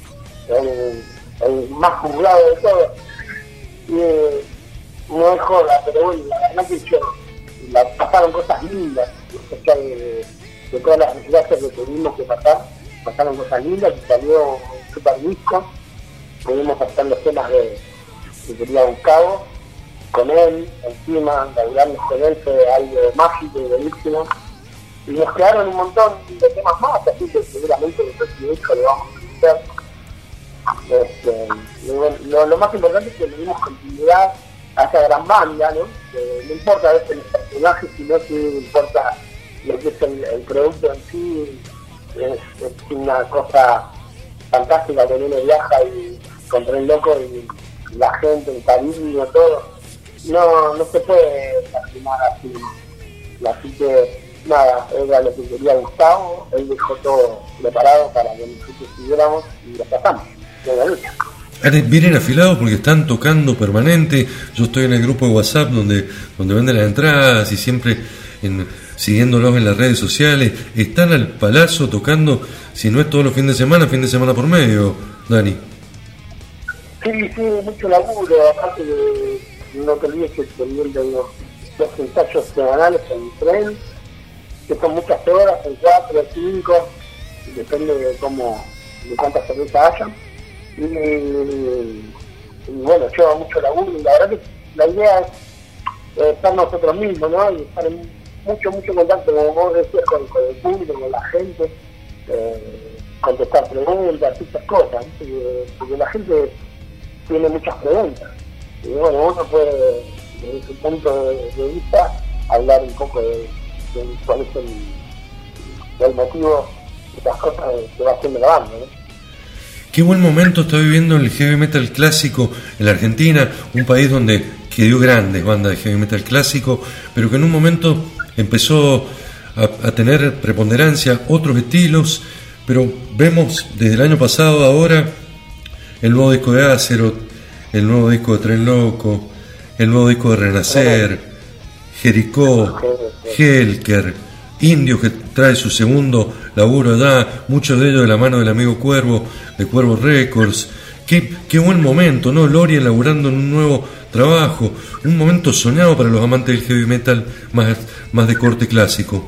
el, el más juzgado de todo, y eh, no es joda, pero bueno, la verdad que yo, la, pasaron cosas lindas, especial de, de todas las desgracias que tuvimos que pasar, pasaron cosas lindas, y salió un super disco, pudimos pasar los temas de, de Quería un Cabo, con él, encima, laburarnos con él fue algo mágico y buenísimo, y nos quedaron un montón de temas más, así que seguramente después de disco le vamos a hacer. Este, lo, lo, lo más importante es que le dimos continuidad a esa gran banda, ¿no? Que no importa a veces los personajes, sino que importa lo que es el, el producto en sí. Es, es una cosa fantástica que uno viaja y con Tren Loco y la gente, el cariño, todo. No, no se puede lastimar así. Así que nada, era lo que quería Gustavo, él dejó todo preparado para que nosotros siguiéramos y lo pasamos de la lucha. Vienen afilados porque están tocando permanente. Yo estoy en el grupo de WhatsApp donde donde venden las entradas y siempre en, siguiéndolos en las redes sociales. Están al palazo tocando, si no es todos los fines de semana, fin de semana por medio, Dani. Sí, sí, mucho laburo, aparte de, no te olvides que también de los, los ensayos semanales en tren, que son muchas horas, en cuatro, cinco, depende de cómo, de cuántas cervezas hayan. Y, y bueno, lleva mucho laburo, y la verdad que la idea es eh, estar nosotros mismos, ¿no? Y estar en mucho, mucho contacto, como vos decías, con, con el público, con la gente, eh, contestar preguntas, estas cosas, porque, porque la gente tiene muchas preguntas. Y bueno, uno puede, desde su punto de, de vista, hablar un poco de, de cuál es el, el motivo de las cosas que va haciendo la banda, ¿no? Qué buen momento está viviendo el heavy metal clásico en la Argentina, un país donde que dio grandes bandas de heavy metal clásico, pero que en un momento empezó a, a tener preponderancia otros estilos, pero vemos desde el año pasado a ahora el nuevo disco de Azeroth, el nuevo disco de Tren Loco, el nuevo disco de Renacer, Jericó, Helker, Indios, que trae su segundo laburo allá, muchos de ellos de la mano del amigo Cuervo, de Cuervo Records. Qué, qué buen momento, ¿no? Loria elaborando en un nuevo trabajo, un momento soñado para los amantes del heavy metal más, más de corte clásico.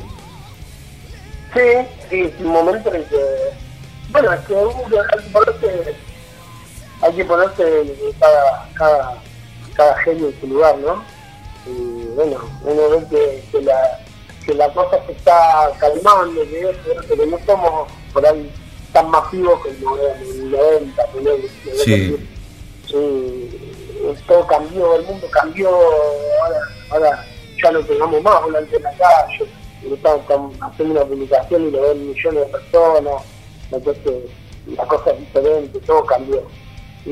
Sí, sí, un momento en que, bueno, es que uno hay que ponerse, hay que ponerse cada, cada, cada genio en su lugar, ¿no? Y bueno, uno ve que, que la que la cosa se está calmando, que, es, que no somos por ahí tan masivos como en el noventa, en el, sí. Sí, todo cambió, el mundo cambió, ahora, ahora ya no tengamos más volante en la calle, están, están haciendo una publicación y lo ven millones de personas, entonces la cosa es diferente, todo cambió. Y,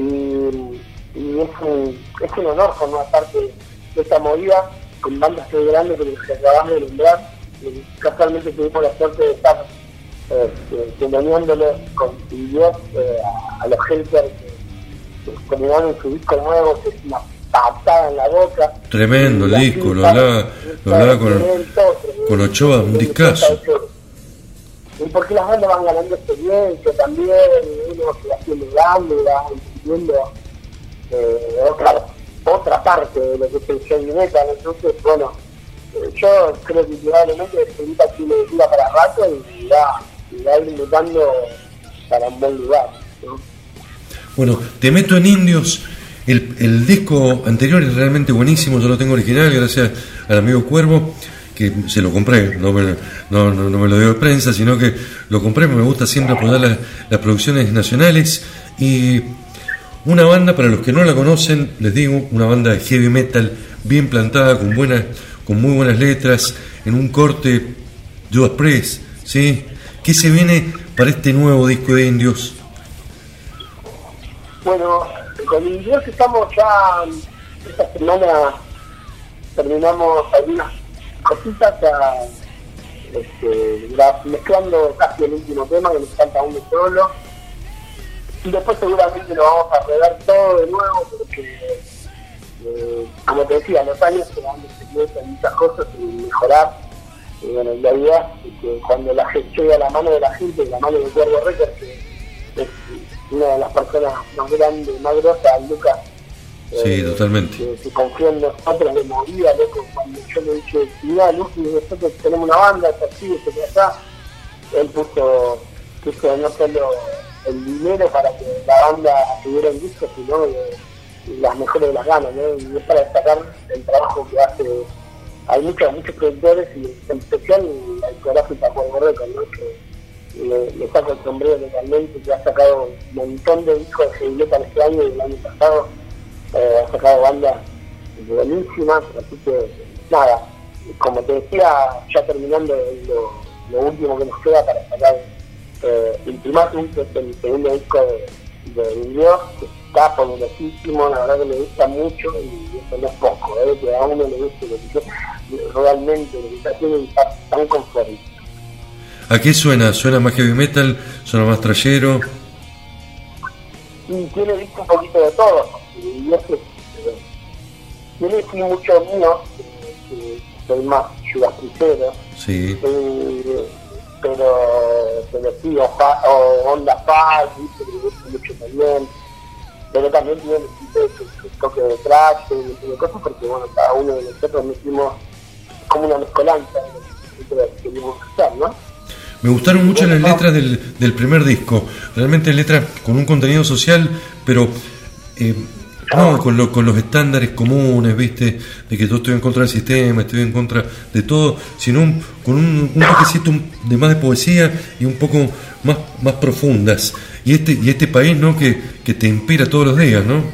y es, un, es un honor formar parte de esta movida con bandas muy grandes que les acabamos de nombrar. Y casualmente tuvimos la suerte de estar eh, testimoniándole con Dios eh, a, a los Helker que, que terminaron su disco nuevo, que es una patada en la boca. Tremendo el disco, lo hablaba, lo hablaba con, con Ochoa, un discazo. Y porque las bandas van ganando experiencia también, y uno se va haciendo grande, va entendiendo eh, otra, otra parte de lo que es el heavy metal. Entonces, bueno, eh, yo creo que indudablemente ahorita tiene tira para rato y va, y va a ir mutando para un buen lugar, ¿no? Bueno, Te Meto en Indios, el, el disco anterior es realmente buenísimo, yo lo tengo original gracias al amigo Cuervo, que se lo compré, no me, no, no, no me lo dio de prensa, sino que lo compré, me gusta siempre apoyar las, las producciones nacionales. Y una banda, para los que no la conocen, les digo, una banda de heavy metal bien plantada, con buenas, con muy buenas letras, en un corte Judas Priest, ¿sí? ¿Qué se viene para este nuevo disco de Indios? Bueno, con Indios estamos ya, esta semana terminamos algunas cositas, ya, este, la, mezclando casi el último tema, que nos falta uno solo. Y después seguramente lo vamos a arreglar todo de nuevo, porque, eh, como te decía, los años se van descubriendo muchas cosas y mejorar. Y bueno, la idea es que cuando la gente llegue a la mano de la gente, la mano del Cuervo Records, que es una de las personas más grandes, más grosas, Lucas, sí, eh, totalmente. Que, que confía en nosotros, de movida, loco. Cuando yo le dije, mira, Lucas, nosotros tenemos una banda, es así, es de allá, él puso, puso no solo el dinero para que la banda tuviera el disco, sino de, de las mejores de las ganas, ¿no? Y es para destacar el trabajo que hace. Hay muchos, muchos productores, y en especial la discográfica Cuervo Records, ¿no? Que le, le saco el sombrero totalmente, que ha sacado un montón de discos de heavy metal este año y el año pasado. Eh, ha sacado bandas buenísimas, así que nada, como te decía, ya terminando lo, lo último que nos queda para sacar eh, Ultimatum, que es el segundo disco de, de Dios, que está poderosísimo, la verdad que me gusta mucho y eso no es poco, ¿eh? Que a uno le guste lo que yo realmente, lo que está haciendo y está tan conforme. ¿A qué suena? ¿Suena más heavy metal? ¿Suena más trayero? Y tiene visto un poquito de todo, y yo sé, tiene sí mucho mío, que, que soy más yugastricero, Sí. Eh, pero, pero sí, o, fa, o Onda Paz, ¿viste? Que me gusta mucho también. Pero también tiene su, su toque de trash, y de cosas, porque bueno, cada uno de nosotros metimos como una mezcolanza de lo que queríamos hacer, ¿no? Me gustaron mucho las letras del, del primer disco, realmente letras con un contenido social, pero eh, no con, lo, con los estándares comunes, viste, de que yo estoy en contra del sistema, estoy en contra de todo, sino un, con un, un toquecito de más de poesía y un poco más, más profundas. Y este y este país, ¿no? Que, que te inspira todos los días, ¿no?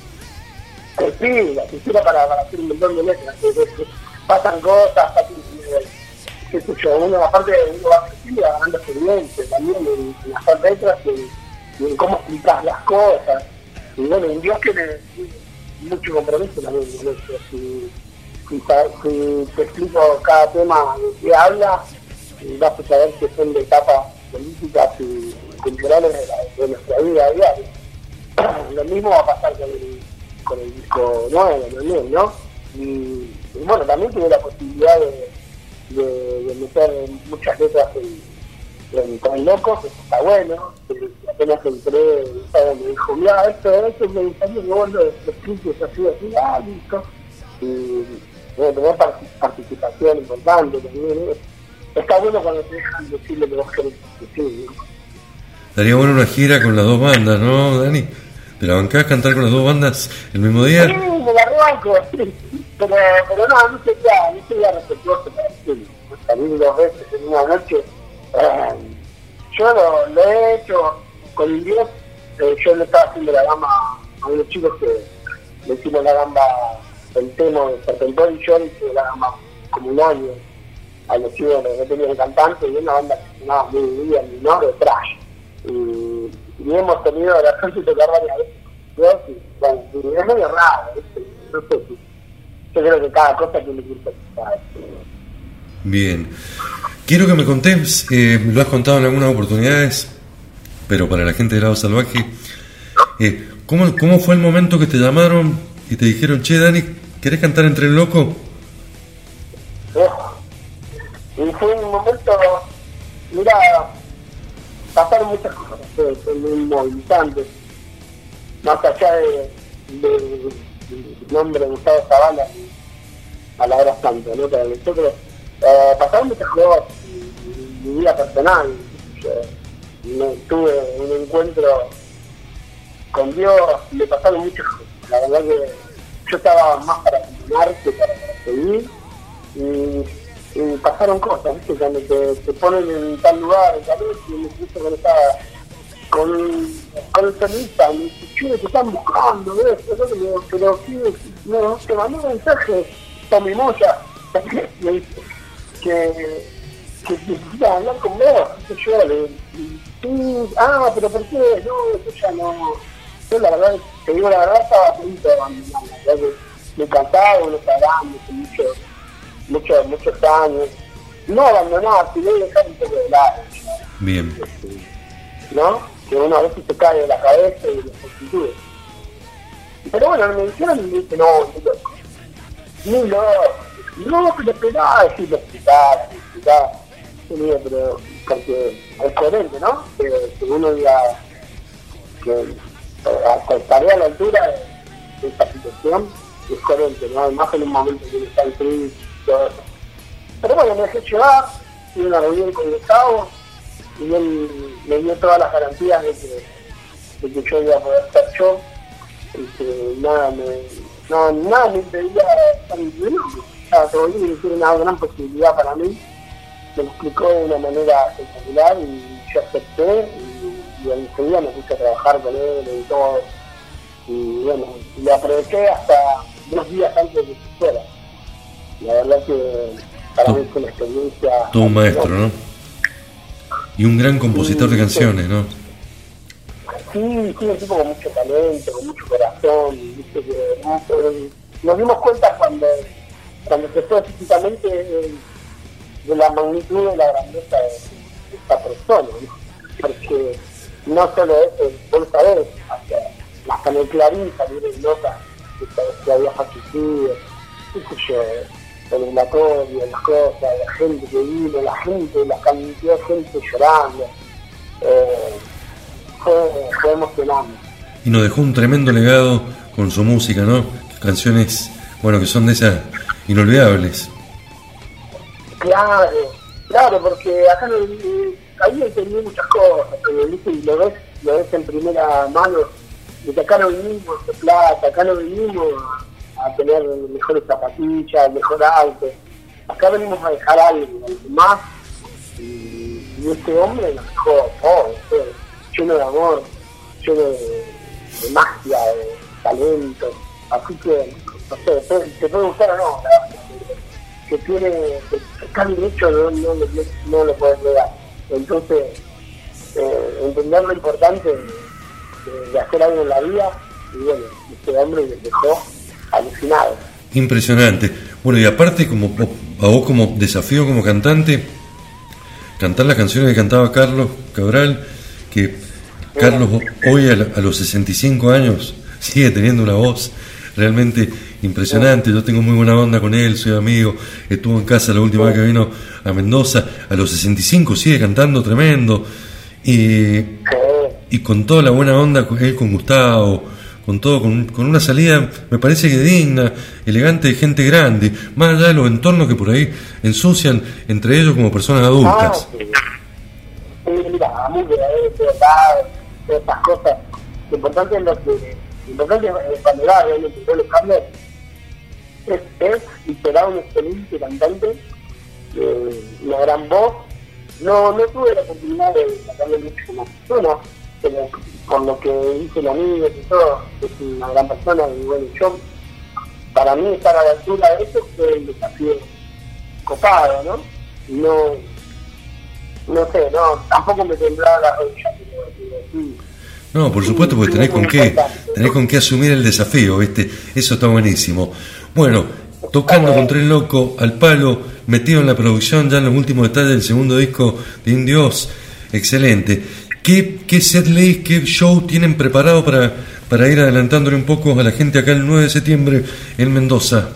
Sí, la cultura para, para hacer un montón de letras, que, que, que pasan cosas, pasan, qué sé yo, uno aparte uno va creciendo y va ganando experiencia también en, en hacer letras y, y en cómo explicar las cosas. Y bueno, en Dios tiene mucho compromiso también con eso. Si, si, si te explico cada tema de que habla, vas a saber que son de etapas políticas y culturales de, la, de nuestra vida diaria. Lo mismo va a pasar con el, con el disco nuevo también, ¿no? Y, y bueno, también tuve la posibilidad de, de, de meter muchas letras en, en, con locos, eso está bueno. Apenas entré, me dijo, mira, esto, esto me gustaría que vos lo expliques así, así, ah, listo. Y bueno, tener participación importante también, ¿eh? Está bueno cuando te dejan decir lo que vos querés decir, ¿no? Daría bueno una gira con las dos bandas, ¿no, Dani? ¿Te la bancás cantar con las dos bandas el mismo día? Sí, me la rebanco, sí. Pero, pero no, no sería, no sería respetuoso para decirlo. Salir dos veces en una noche. Eh, yo lo, lo he hecho con el diez, eh, yo le estaba haciendo la gamba a unos chicos que le hicimos la gamba, el tema de Serpentor, y yo le hice la gamba como un año a los chicos que tenían cantante, y una banda que sonaba muy bien, ¿no? De trash. Y, y hemos tenido la gente tocar varias veces. ¿No? Y, bueno, y es medio raro, ¿viste? No sé, yo creo que cada cosa tiene que ir pensada. Bien. Quiero que me contés, eh, lo has contado en algunas oportunidades, pero para la gente de Lado Salvaje, eh, ¿cómo, ¿cómo fue el momento que te llamaron y te dijeron, che, Dani, ¿querés cantar Entre el Loco? Y fue un momento, mira, pasaron muchas cosas, fue, fue muy movilizante, más allá de, de, del nombre de Gustavo Zavala, palabras santas, ¿no? Para nosotros, eh, pasaron muchas cosas, mi vida personal, yo me, tuve un encuentro con Dios, me pasaron muchas cosas, la verdad que yo estaba más para continuar que para seguir, y y pasaron cosas, ¿viste? Cuando te, te ponen en tal lugar, en tal vez, y me puse con esta, con, con el periodista, me dice, che, te están buscando, ¿ves? Pero, pero ¿qué? No, te mandé un mensaje, Tommy Moya, me dice, que, que necesitas hablar con vos, qué sé yo, le sí, ah, pero ¿por qué? No, yo ya no, yo la verdad, te digo la verdad, estaba a punto de abandonar, la verdad que me cansaba, unos hablando, mucho, muchos muchos años, no abandonar, sino dejar un poco de lado. Bien. ¿No? Que uno a veces se cae de la cabeza y de las actitudes. Pero bueno, me dijeron y dije, no, ni loco. Ni loco. No, pero esperaba decirlo, explicar, explicar. Pero, porque es coherente, ¿no? Que, que uno diga que hasta estaría a la altura de, de esta situación, es coherente, ¿no? Además en un momento que uno está en crisis. Pero bueno, me dejé llevar, tuve una reunión con Gustavo y él me dio todas las garantías de que, de que yo iba a poder ser yo, y que nada me, nada, nada me impedía estar incluido, estaba todo bien y era una gran posibilidad para mí. Me lo explicó de una manera espectacular y yo acepté y, y enseguida me puse a trabajar con él y todo, y bueno, le aproveché hasta dos días antes de que fuera. La verdad que para mí fue una experiencia... Todo un maestro, ¿no? Y un gran compositor sí, de canciones, sí. ¿no? Sí, sí, un tipo con mucho talento, con mucho corazón, ¿viste? Que, ¿no? Nos dimos cuenta cuando, cuando se fue físicamente de, de la magnitud de la grandeza de, de esta persona, ¿no? Porque no solo eso, vos sabés, hasta, hasta en el Clarín salieron notas que, que había fallecido, qué sé yo, el relatorio, las cosas, la gente que vino, la gente, la cantidad de gente llorando. Eh, fue, fue emocionante. Y nos dejó un tremendo legado con su música, ¿no? Canciones, bueno, que son de esas inolvidables. Claro, claro, porque acá no, ahí entendí muchas cosas, pero ¿viste? Y lo ves, lo ves en primera mano, de que acá no vinimos de plata, acá no vinimos a, a tener mejores zapatillas, mejor auto, acá venimos a dejar algo más, y, y este hombre nos dejó todo, todo, lleno de amor, lleno de, de magia, de talento, así que, no sé, te, te puede gustar o no, que tiene, que está bien hecho, no, no, no, no lo puedes negar. Entonces, eh, entender lo importante de, de hacer algo en la vida, y bueno, este hombre me dejó alucinado. Impresionante. Bueno, y aparte, como a vos como desafío como cantante, cantar las canciones que cantaba Carlos Cabral, que Carlos hoy a, la, a los sesenta y cinco años sigue teniendo una voz realmente impresionante. Yo tengo muy buena onda con él, soy amigo, estuvo en casa la última vez que vino a Mendoza, a los sesenta y cinco sigue cantando tremendo, y, y con toda la buena onda, él con Gustavo, con todo, con, con una salida, me parece que digna, elegante, de gente grande, más allá de los entornos que por ahí ensucian entre ellos como personas adultas. Ah, sí. Sí, mira, muy bien, todas estas cosas, lo importante es lo que, lo importante es cuando da realmente todos los cambios, es, es esperar un excelente cantante, eh, una gran voz. No, no tuve la oportunidad de sacarle mucho como persona, pero con lo que hice el amigo y todo, es una gran persona, y bueno, yo, para mí estar a la altura de eso fue el desafío copado, ¿no? Y no, no sé, no, tampoco me temblaba la rodilla, pero, pero sí. No, por supuesto, porque tenés con qué, tenés con qué asumir el desafío, ¿viste? Eso está buenísimo. Bueno, tocando con Tren Loco, al palo, metido en la producción, ya en los últimos detalles del segundo disco de Indios, excelente. ¿Qué, qué setlist, qué show tienen preparado para, para ir adelantándole un poco a la gente acá el nueve de septiembre en Mendoza?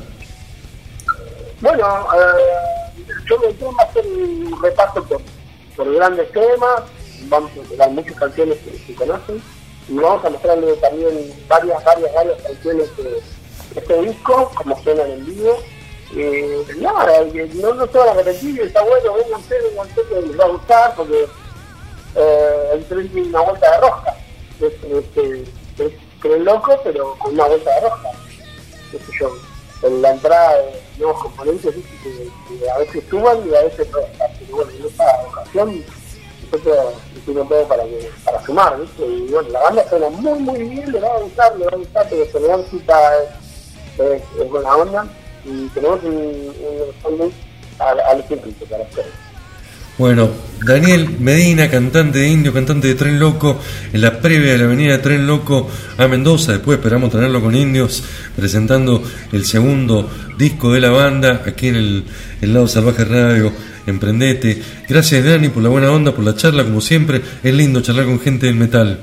Bueno, eh, yo me tengo que hacer un repaso por, por grandes temas, vamos a tocar muchas canciones que se conocen, y vamos a mostrarle también varias, varias, varias canciones de este disco, como suenan en vivo. Eh, nada, no, no se van a repetir, está bueno, vénganse, vénganse, que les va a gustar, porque eh, el tren tiene una vuelta de rosca, es, es, es Tren Loco, pero con una vuelta de rosca, qué sé yo, en la entrada de nuevos componentes, ¿sí? que, que a veces suban y a veces restan, pero bueno, en esta ocasión nosotros hicimos todo para, que, para sumar, ¿viste? Y bueno, la banda suena muy muy bien, le va a gustar, le va a gustar, pero Soledad Cita es, es, es buena onda, y tenemos un, un, un al, al circuito para ustedes. Bueno, Daniel Medina, cantante de Indio, cantante de Tren Loco, en la previa de la avenida de Tren Loco a Mendoza. Después esperamos tenerlo con Indios, presentando el segundo disco de la banda, aquí en el, el Lado Salvaje Radio, Emprendete. Gracias, Dani, por la buena onda, por la charla, como siempre. Es lindo charlar con gente del metal.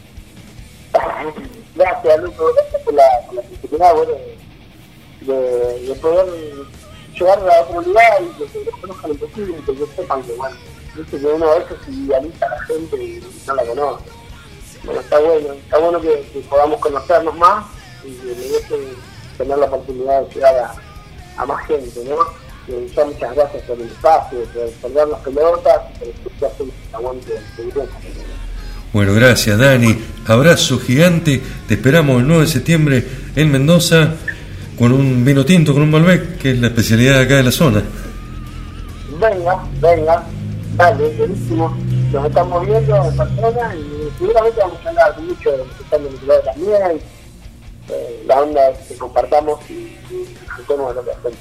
Gracias, Luco, gracias por la, por la oportunidad, bueno, de, de poder llegar a la comunidad y que los conozcan lo posible y que ellos sepan que, bueno, viste que uno a veces idealiza a la gente y no la conoce. Bueno, está bueno, está bueno que, que podamos conocernos más y que me dejen tener la oportunidad de llegar a, a más gente, ¿no? Y ya muchas gracias por el espacio, por perder las pelotas y por el hacer el aguante del grupo. Bueno, gracias, Dani. Abrazo gigante. Te esperamos el nueve de septiembre en Mendoza con un vino tinto, con un Malbec, que es la especialidad acá de la zona. Venga, venga. Dale, buenísimo. Nos estamos viendo en persona y seguramente vamos a hablar mucho de lo que están en el lado también. Eh, la onda es que compartamos y, y disfrutemos de lo que hacemos.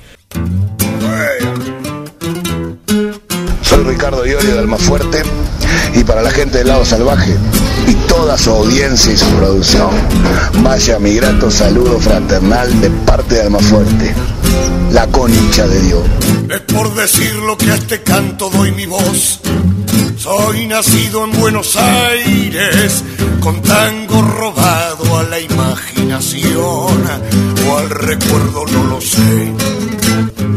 Soy Ricardo Iorio de Almafuerte, y para la gente del Lado Salvaje y toda su audiencia y su producción, vaya mi grato saludo fraternal de parte de Almafuerte, la concha de Dios. Es por decir lo que a este canto doy mi voz. Soy nacido en Buenos Aires, con tango robado a la imaginación o al recuerdo, no lo sé.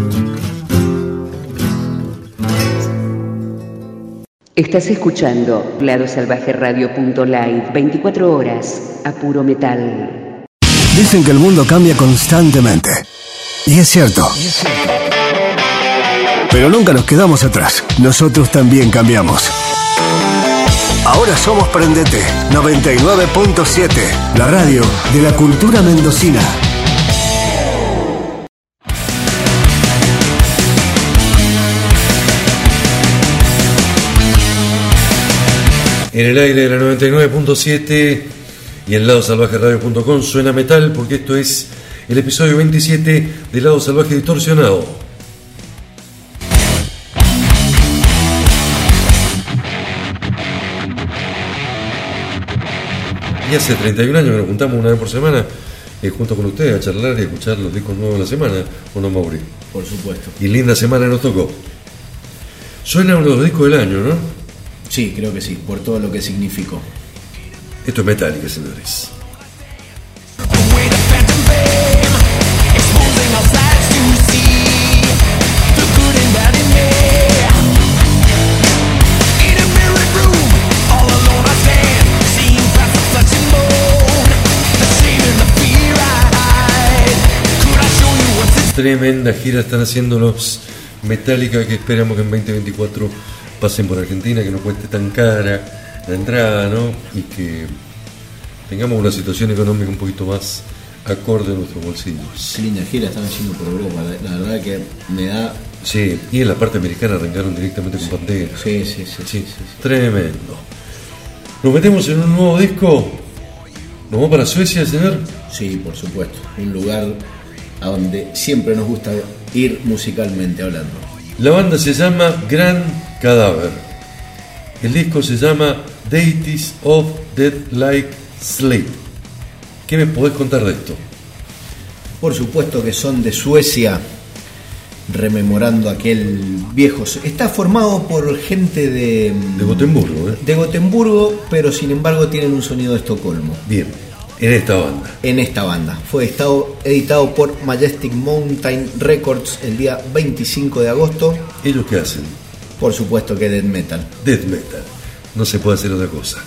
Estás escuchando lado salvaje radio punto live, veinticuatro horas a puro metal. Dicen que el mundo cambia constantemente. Y es cierto. Pero nunca nos quedamos atrás. Nosotros también cambiamos. Ahora somos Prendete noventa y nueve punto siete, la radio de la cultura mendocina. En el aire de la noventa y nueve punto siete y en lado salvaje radio punto com suena metal, porque esto es el episodio veintisiete de Lado Salvaje Distorsionado. Y hace treinta y un años que nos juntamos una vez por semana eh, junto con ustedes a charlar y a escuchar los discos nuevos de la semana, ¿o no, Mauri? Por supuesto. Y linda semana nos tocó. Suena uno de los discos del año, ¿no? Sí, creo que sí, por todo lo que significó. Esto es Metallica, señores. Tremenda gira están haciendo los Metallica, que esperamos que en veinte veinticuatro pasen por Argentina, que no cueste tan cara la entrada, ¿no? Y que tengamos una situación económica un poquito más acorde a nuestros bolsillos. Qué linda gira están haciendo por Europa, la, la verdad que me da... Sí, y en la parte americana arrancaron directamente con Pantera. Sí, sí, sí, sí, sí, sí. Tremendo. Nos metemos en un nuevo disco. ¿Nos vamos para Suecia, señor? Sí, por supuesto. Un lugar a donde siempre nos gusta ir musicalmente hablando. La banda se llama Grand Cadaver. El disco se llama Deities of Dead Like Sleep. ¿Qué me podés contar de esto? Por supuesto que son de Suecia, rememorando aquel viejo... Está formado por gente de... De Gotemburgo, ¿eh? De Gotemburgo, pero sin embargo tienen un sonido de Estocolmo. Bien, en esta banda. En esta banda. Fue estado, editado por Majestic Mountain Records el día veinticinco de agosto. ¿Ellos qué hacen? Por supuesto que death metal. Death metal. No se puede hacer otra cosa.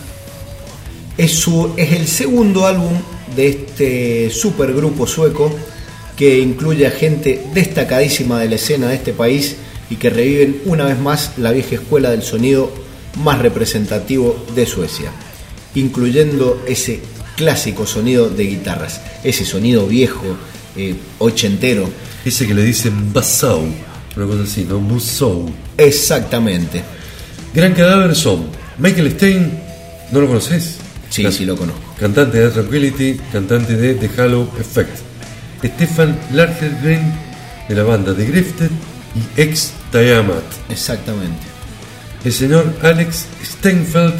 Es, su, es el segundo álbum de este supergrupo sueco que incluye a gente destacadísima de la escena de este país y que reviven una vez más la vieja escuela del sonido más representativo de Suecia, incluyendo ese clásico sonido de guitarras, ese sonido viejo, eh, ochentero. Ese que le dicen Bassau, una cosa así, ¿no? Bussou. Exactamente. Gran Cadáver son Michael Stein, ¿no lo conoces? Sí, La, sí lo conozco. Cantante de Tranquility, cantante de The Halo Effect. Stefan Lagergren, de la banda The Grifted y ex Tiamat. Exactamente. El señor Alex Steinfeld,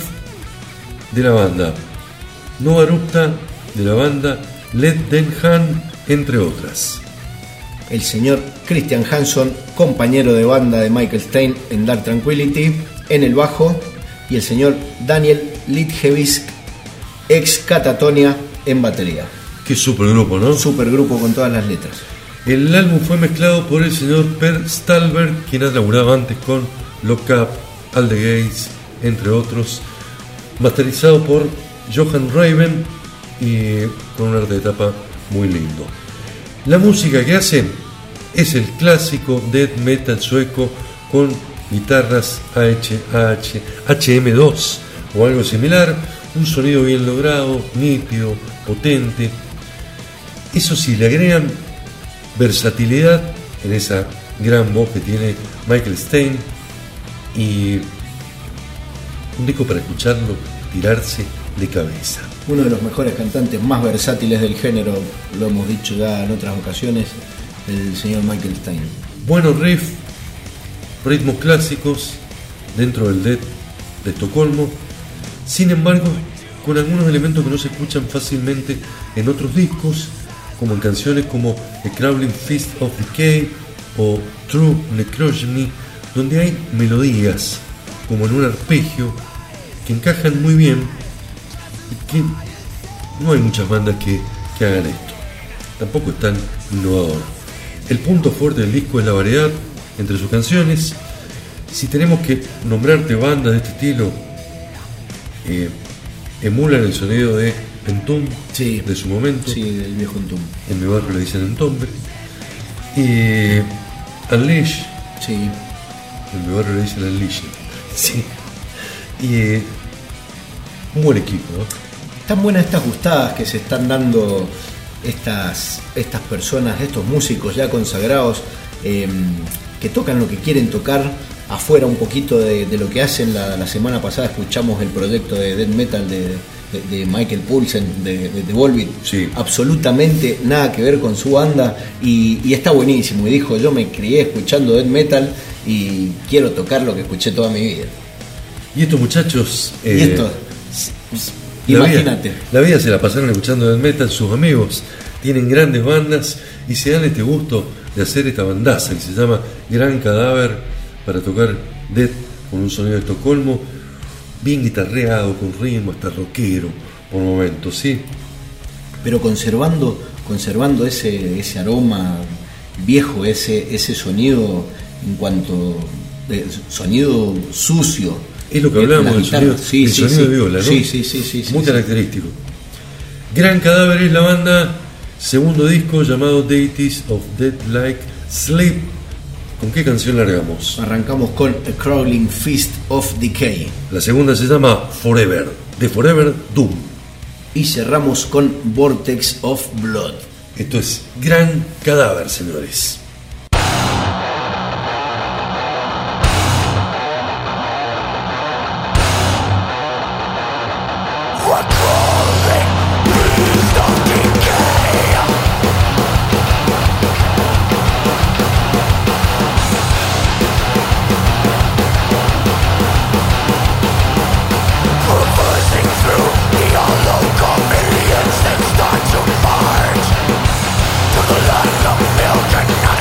de la banda Nova Rupta, de la banda Let Den Han, entre otras. El señor Christian Hansson, compañero de banda de Michael Stein en Dark Tranquility, en el bajo, y el señor Daniel Lidjevisk, ex Catatonia, en batería. Qué supergrupo, ¿no? Supergrupo con todas las letras. El álbum fue mezclado por el señor Per Stalberg, quien ha laburado antes con Lock Up, All the Gates, entre otros. Masterizado por Johan Raven y con un arte de tapa muy lindo. La música que hacen es el clásico death metal sueco con guitarras H H, H M dos o algo similar, un sonido bien logrado, nítido, potente. Eso sí, le agregan versatilidad en esa gran voz que tiene Michael Stein y un disco para escucharlo, tirarse de cabeza. Uno de los mejores cantantes más versátiles del género, lo hemos dicho ya en otras ocasiones, el señor Michael Stein. Buenos riffs, ritmos clásicos dentro del death de Estocolmo, sin embargo con algunos elementos que no se escuchan fácilmente en otros discos, como en canciones como The Crawling Fist of Decay o True Necrogyny, donde hay melodías como en un arpegio que encajan muy bien y que no hay muchas bandas que, que hagan esto. Tampoco es tan innovador. El punto fuerte del disco es la variedad entre sus canciones, si tenemos que nombrarte bandas de este estilo, eh, emulan el sonido de Entomb, sí, de su momento. Sí, del viejo Entomb. En mi barrio le dicen Entombe. Y Unleash. Sí. En mi barrio le dicen Unleash. Sí. Y eh, un buen equipo, ¿no? Están buenas estas gustadas que se están dando estas, estas personas, estos músicos ya consagrados, eh, que tocan lo que quieren tocar, afuera un poquito de, de lo que hacen. La, la semana pasada escuchamos el proyecto de death metal de, de, de Michael Poulsen, de, de, de Volbeat. Sí. Absolutamente nada que ver con su banda, y, y está buenísimo. Y dijo, yo me crié escuchando death metal y quiero tocar lo que escuché toda mi vida. Y estos muchachos... Eh, y esto... Imagínate. La vida se la pasaron escuchando death metal, sus amigos tienen grandes bandas y se dan este gusto de hacer esta bandaza que se llama Gran Cadáver, para tocar death con un sonido de Estocolmo, bien guitarreado, con ritmo, hasta rockero por momentos, ¿sí? Pero conservando, conservando ese, ese aroma viejo, ese, ese sonido en cuanto de sonido sucio. Es lo que hablamos del sonido, sí, el sí, sonido sí. de viola, ¿no? Sí, sí, sí, sí, muy sí, característico. Sí. Gran Cadáver es la banda, segundo disco llamado Deities of Dead Like Sleep. ¿Con qué canción largamos? Arrancamos con A Crawling Fist of Decay. La segunda se llama Forever, de Forever Doom. Y cerramos con Vortex of Blood. Esto es Gran Cadáver, señores. Millions that start to march to the land of milk and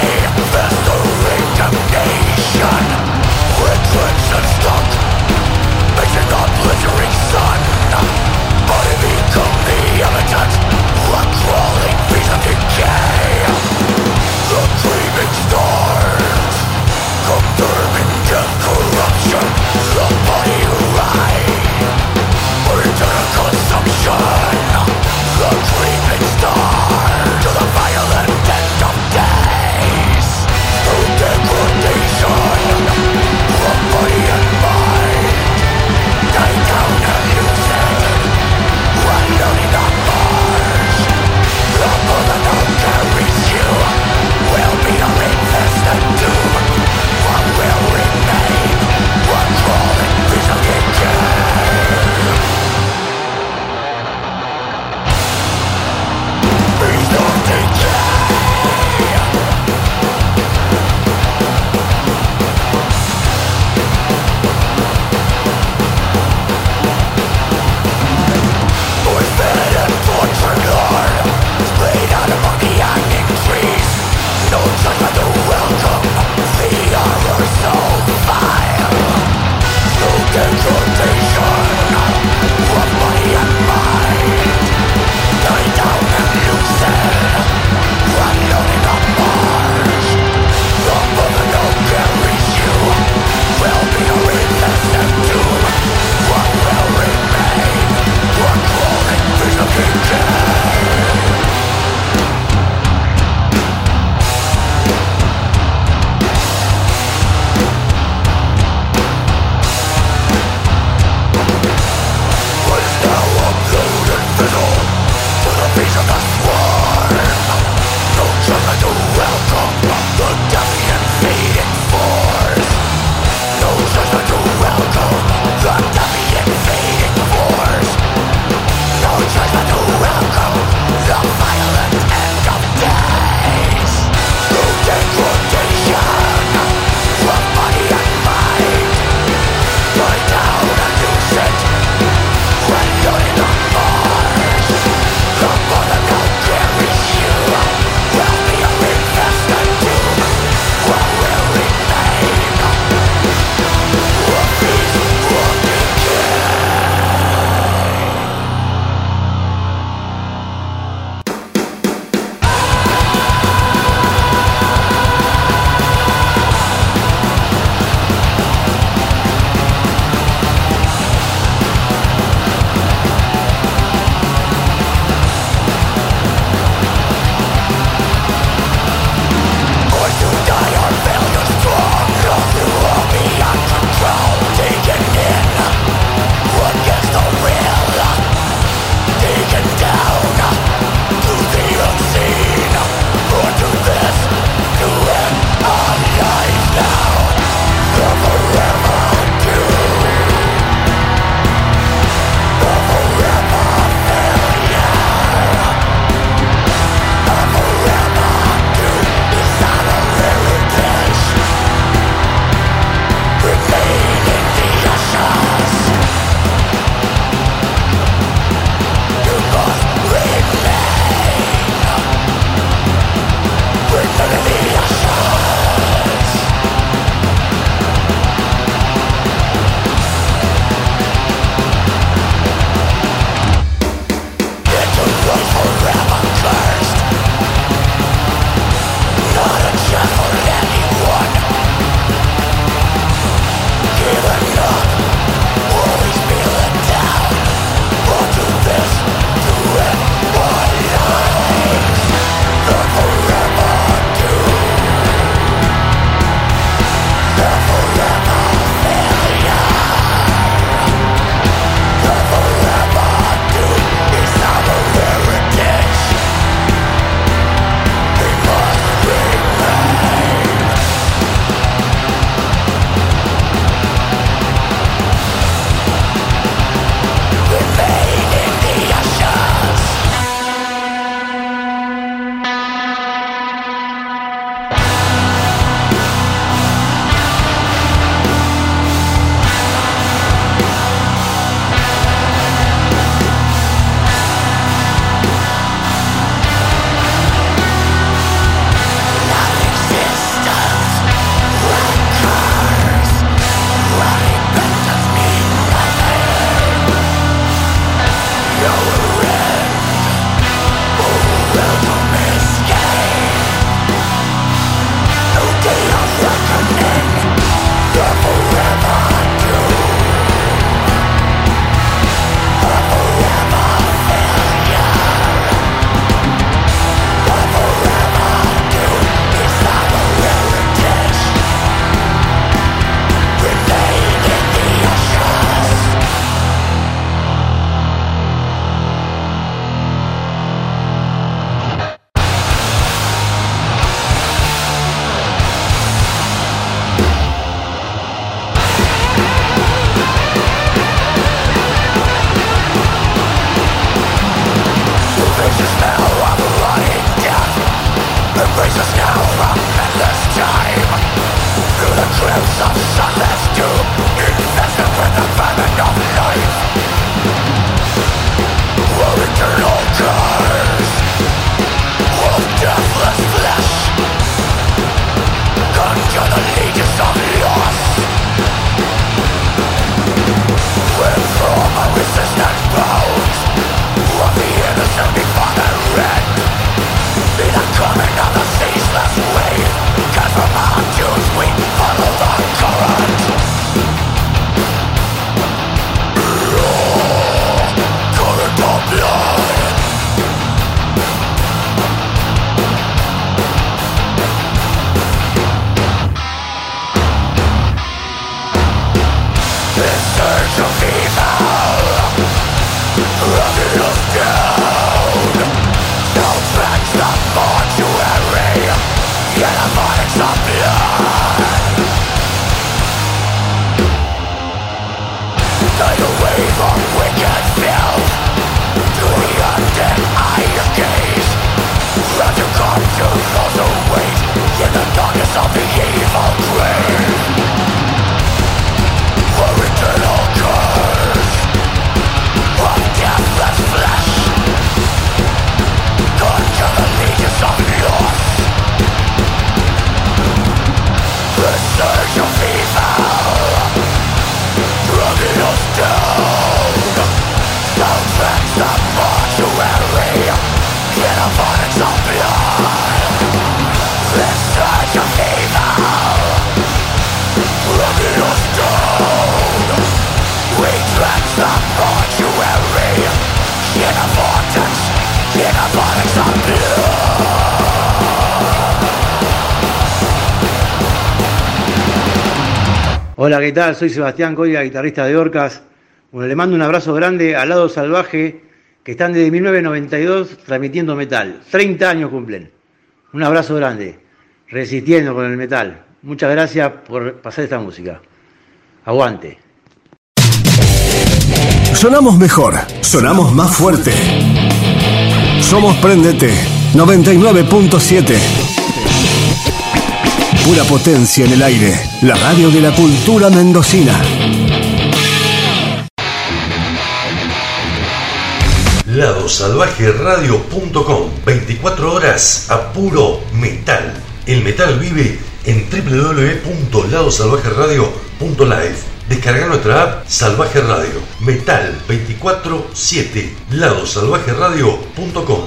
Hola, ¿qué tal? Soy Sebastián Coria, guitarrista de Orcas. Bueno, le mando un abrazo grande al Lado Salvaje, que están desde mil novecientos noventa y dos transmitiendo metal. treinta años cumplen. Un abrazo grande, resistiendo con el metal. Muchas gracias por pasar esta música. Aguante. Sonamos mejor, sonamos más fuerte. Somos Prendete, noventa y nueve punto siete. Pura potencia en el aire, la radio de la cultura mendocina. lado salvaje radio punto com, veinticuatro horas a puro metal. El metal vive en doble u doble u doble u punto lado salvaje radio punto live. Descarga nuestra app Salvaje Radio. Metal veinticuatro siete, lado salvaje radio punto com.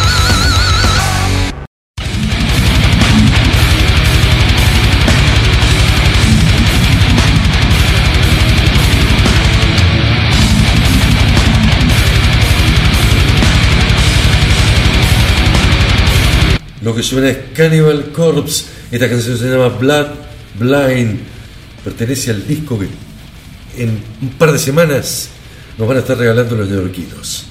Lo que suena es Cannibal Corpse. Esta canción se llama Blood Blind. Pertenece al disco que en un par de semanas nos van a estar regalando los neoyorquinos.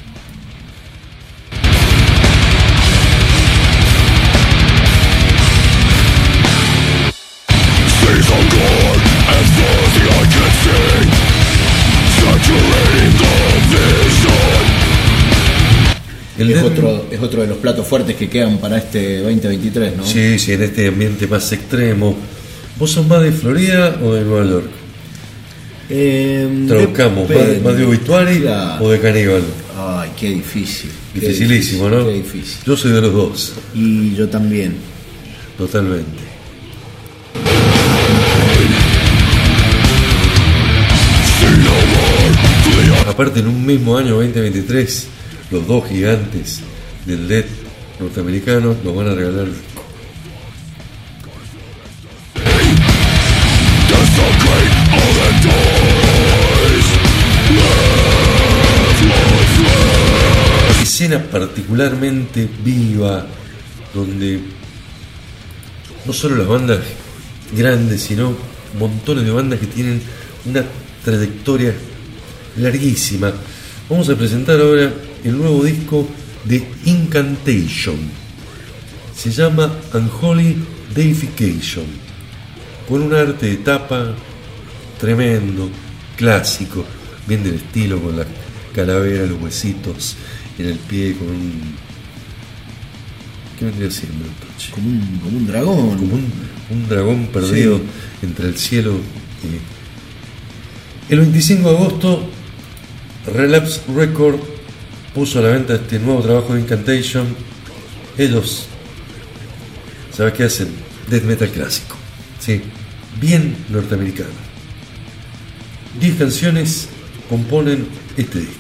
El es, otro, es otro de los platos fuertes que quedan para este veinte veintitrés, ¿no? Sí, sí, en este ambiente más extremo. ¿Vos sos más de Florida o de Nueva York? Eh, Trocamos, ¿más, ¿más de Obituary la... o de Cannibal? Ay, qué difícil. Dificilísimo, qué difícil, ¿no? Qué difícil. Yo soy de los dos. Y yo también. Totalmente. Aparte, en un mismo año veinte veintitrés, los dos gigantes del death norteamericanos nos van a regalar el disco. Escena particularmente viva, donde no solo las bandas grandes, sino montones de bandas que tienen una trayectoria larguísima. Vamos a presentar ahora el nuevo disco de Incantation. Se llama Unholy Deification, con un arte de tapa tremendo, clásico, bien del estilo, con la calavera, los huesitos en el pie, con un... ¿Qué vendría siendo el toche? Como un, como un dragón. Como un, un dragón perdido, sí, entre el cielo y... El veinticinco de agosto, Relapse Record puso a la venta este nuevo trabajo de Incantation. Ellos, ¿sabes qué hacen? Death metal clásico, sí, bien norteamericano. Diez canciones componen este disco.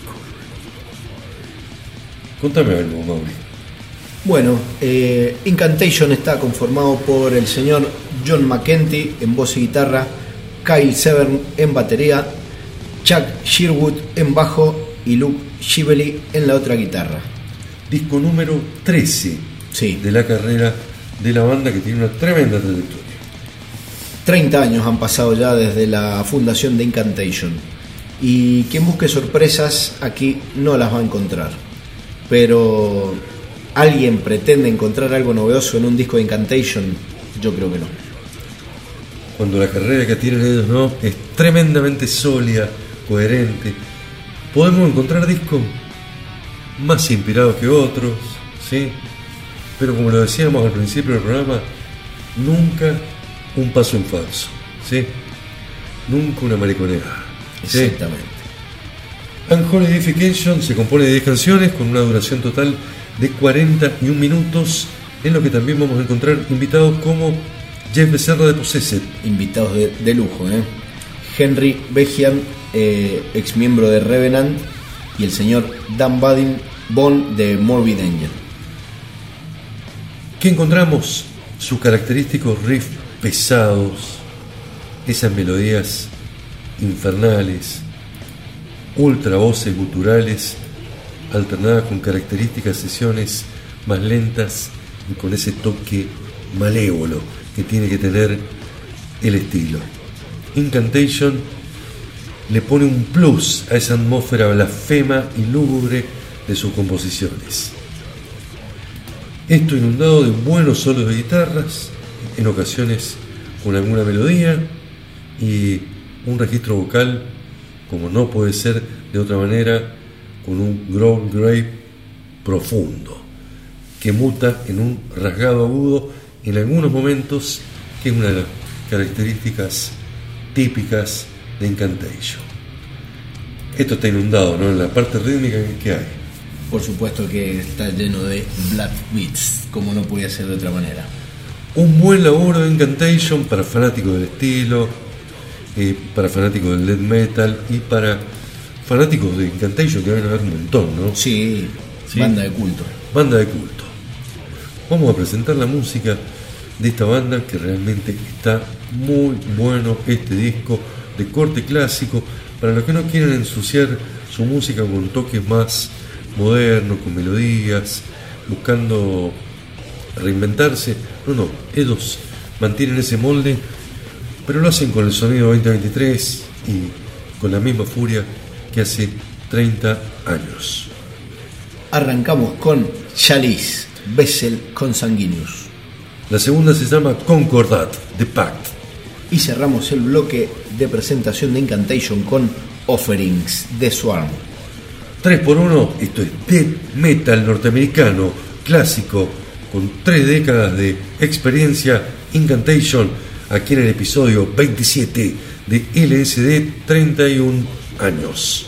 Contame algo, Mauri. Bueno, eh, Incantation está conformado por el señor John McEntee en voz y guitarra, Kyle Severn en batería, Chuck Sherwood en bajo y Luke Shively en la otra guitarra. Disco número trece, sí, de la carrera de la banda, que tiene una tremenda trayectoria. treinta años han pasado ya desde la fundación de Incantation, y quien busque sorpresas aquí no las va a encontrar. Pero ¿alguien pretende encontrar algo novedoso en un disco de Incantation? Yo creo que no. Cuando la carrera que tienen ellos no es tremendamente sólida, coherente, podemos encontrar discos más inspirados que otros, ¿sí? Pero como lo decíamos al principio del programa, nunca un paso en falso, ¿sí? Nunca una mariconeada, ¿sí? Exactamente. Unholy Deification se compone de diez canciones con una duración total de cuarenta y un minutos, en lo que también vamos a encontrar invitados como Jeff Becerra de Possessed. Invitados de, de lujo, ¿eh? Henry Behian, eh, ex miembro de Revenant, y el señor Dan Badin Bond de Morbid Angel. ¿Qué encontramos? Sus característicos riffs pesados, esas melodías infernales, ultra voces guturales, alternadas con características sesiones más lentas y con ese toque malévolo que tiene que tener el estilo. Incantation le pone un plus a esa atmósfera blasfema y lúgubre de sus composiciones. Esto inundado de buenos solos de guitarras, en ocasiones con alguna melodía y un registro vocal, como no puede ser de otra manera, con un growl grave profundo, que muta en un rasgado agudo en algunos momentos, que es una de las características típicas de Incantation. Esto está inundado, ¿no? En la parte rítmica que hay. Por supuesto que está lleno de black beats, como no podía ser de otra manera. Un buen laburo de Incantation para fanáticos del estilo, eh, para fanáticos del death metal y para fanáticos de Incantation, que van a haber un montón, ¿no? Sí, sí, banda de culto. Banda de culto. Vamos a presentar la música de esta banda, que realmente está muy bueno, este disco de corte clásico, para los que no quieren ensuciar su música con toques más modernos, con melodías, buscando reinventarse. No, no, ellos mantienen ese molde, pero lo hacen con el sonido veinte veintitrés y con la misma furia que hace treinta años. Arrancamos con Chalice, Vessel Consanguineous. La segunda se llama Concordat, The Pact. Y cerramos el bloque de presentación de Incantation con Offerings, The Swarm. tres por uno, esto es death metal norteamericano, clásico, con tres décadas de experiencia. Incantation, aquí en el episodio veintisiete de L S D, treinta y un años.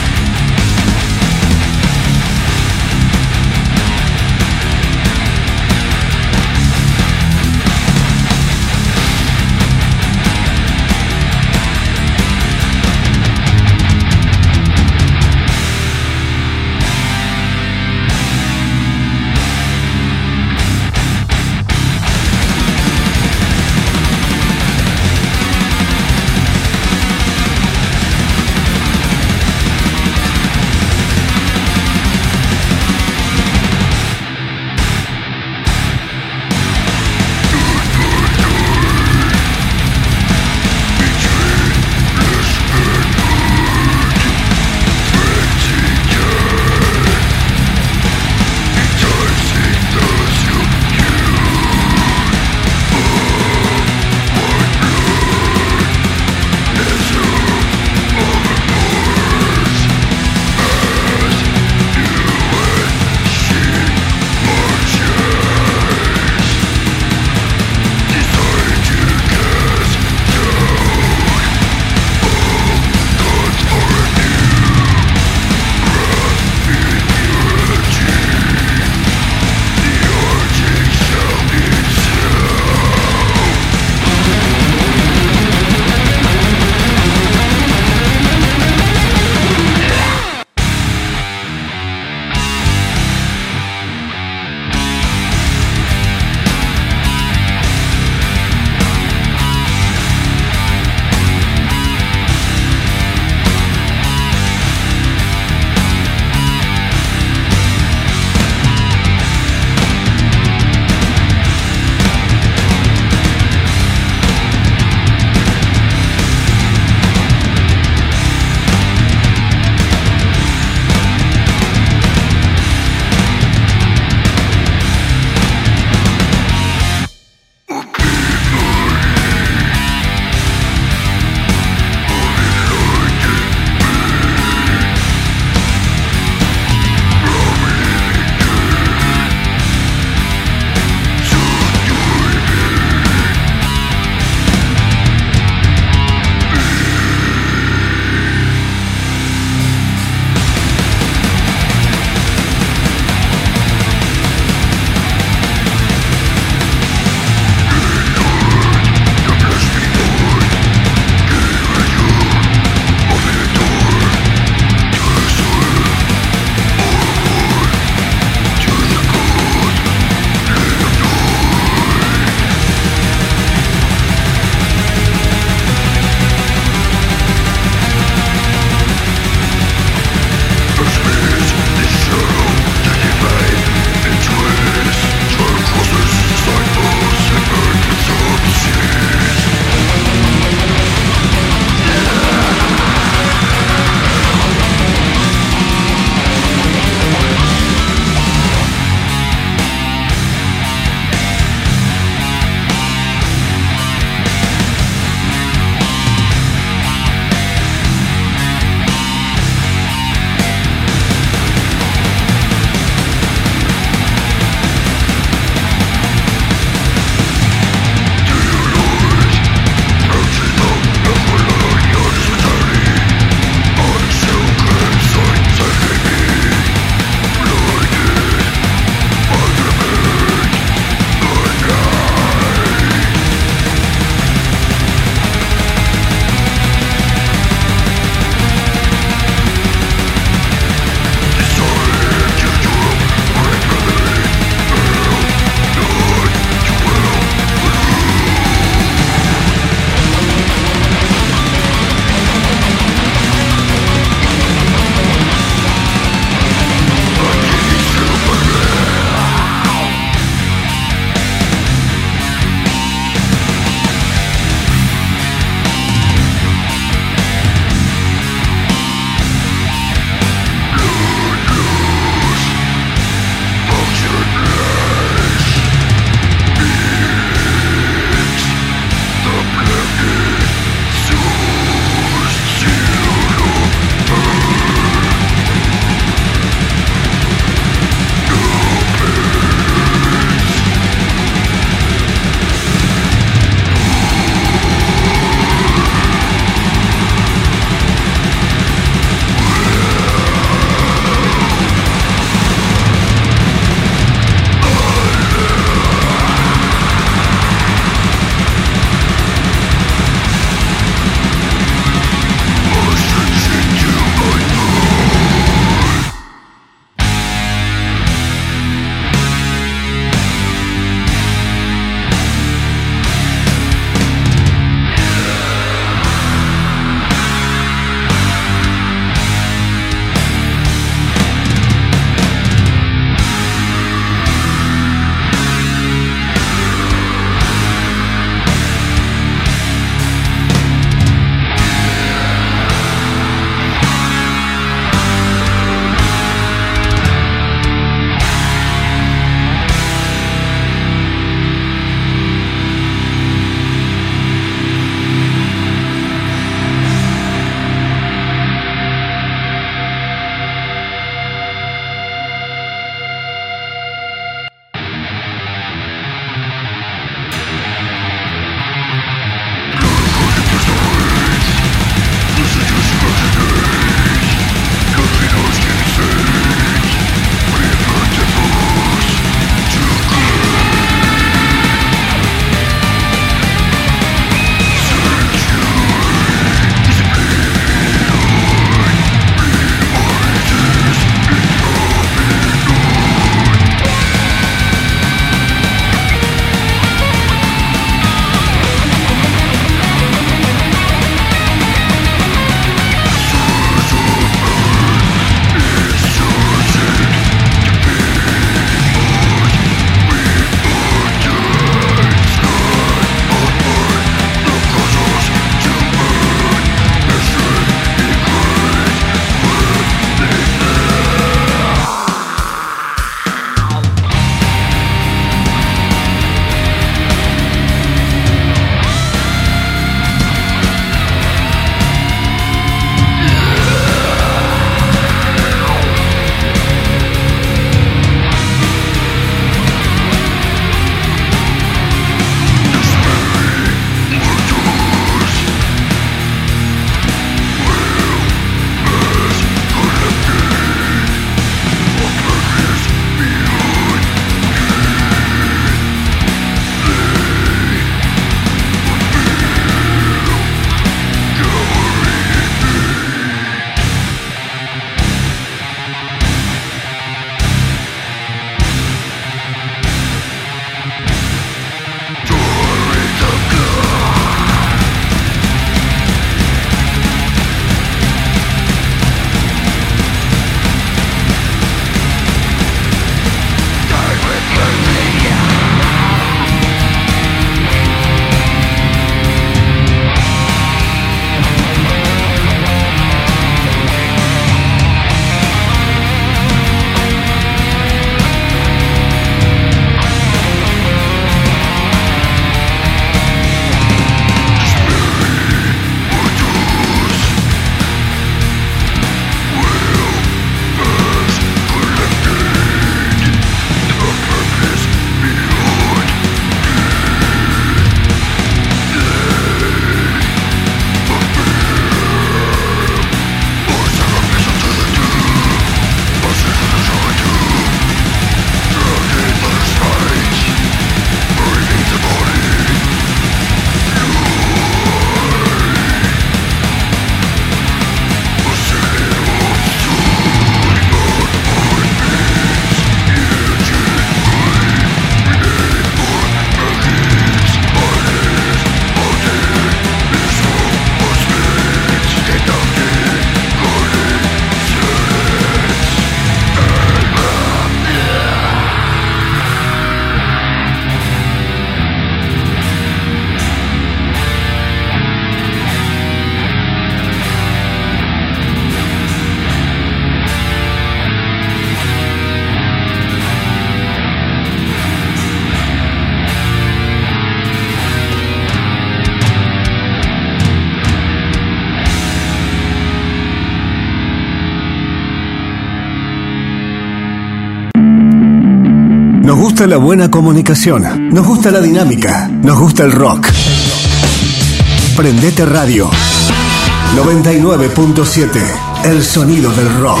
Nos gusta la buena comunicación. Nos gusta la dinámica. Nos gusta el rock. Prendete Radio noventa y nueve punto siete. El sonido del rock.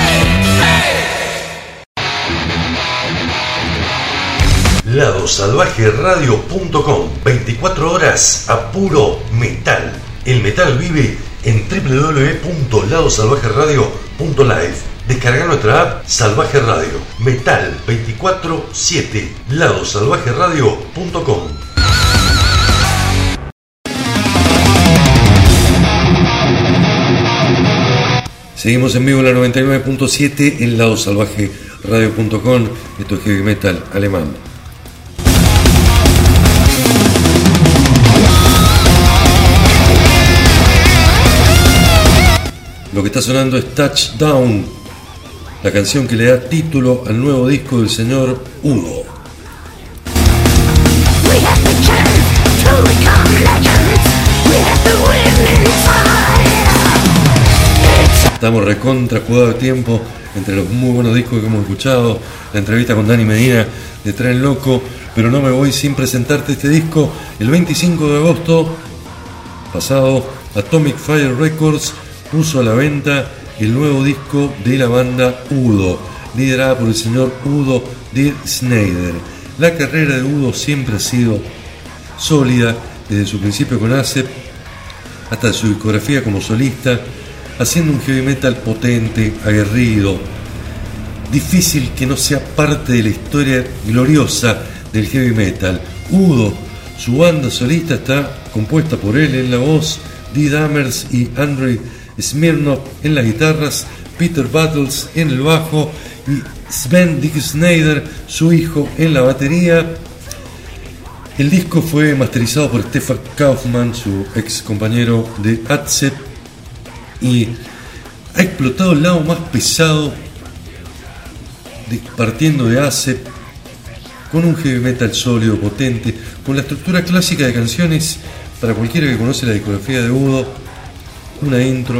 lado salvaje radio punto com. veinticuatro horas a puro metal. El metal vive en doble u doble u doble u punto lado salvaje radio punto live. Descarga nuestra app Salvaje Radio. Metal veinticuatro siete. lado salvaje radio punto com. Seguimos en vivo en la noventa y nueve punto siete en lado salvaje radio punto com. Esto es heavy metal alemán. Lo que está sonando es Touchdown, la canción que le da título al nuevo disco del señor Udo. Estamos recontra jugado de tiempo entre los muy buenos discos que hemos escuchado, la entrevista con Dani Medina de Tren Loco, pero no me voy sin presentarte este disco. El veinticinco de agosto pasado, Atomic Fire Records puso a la venta el nuevo disco de la banda Udo, liderada por el señor Udo Dirk Schneider. La carrera de Udo siempre ha sido sólida, desde su principio con Accept hasta su discografía como solista, haciendo un heavy metal potente, aguerrido, difícil que no sea parte de la historia gloriosa del heavy metal. Udo, su banda solista, está compuesta por él en la voz, Dee Dammers y Andrei Smirnov en las guitarras, Peter Battles en el bajo y Sven Dirk Schneider, su hijo, en la batería. El disco fue masterizado por Stefan Kaufmann, su ex compañero de Accept, y ha explotado el lado más pesado, de, partiendo de Accept, con un heavy metal sólido, potente, con la estructura clásica de canciones para cualquiera que conoce la discografía de Udo. Una intro,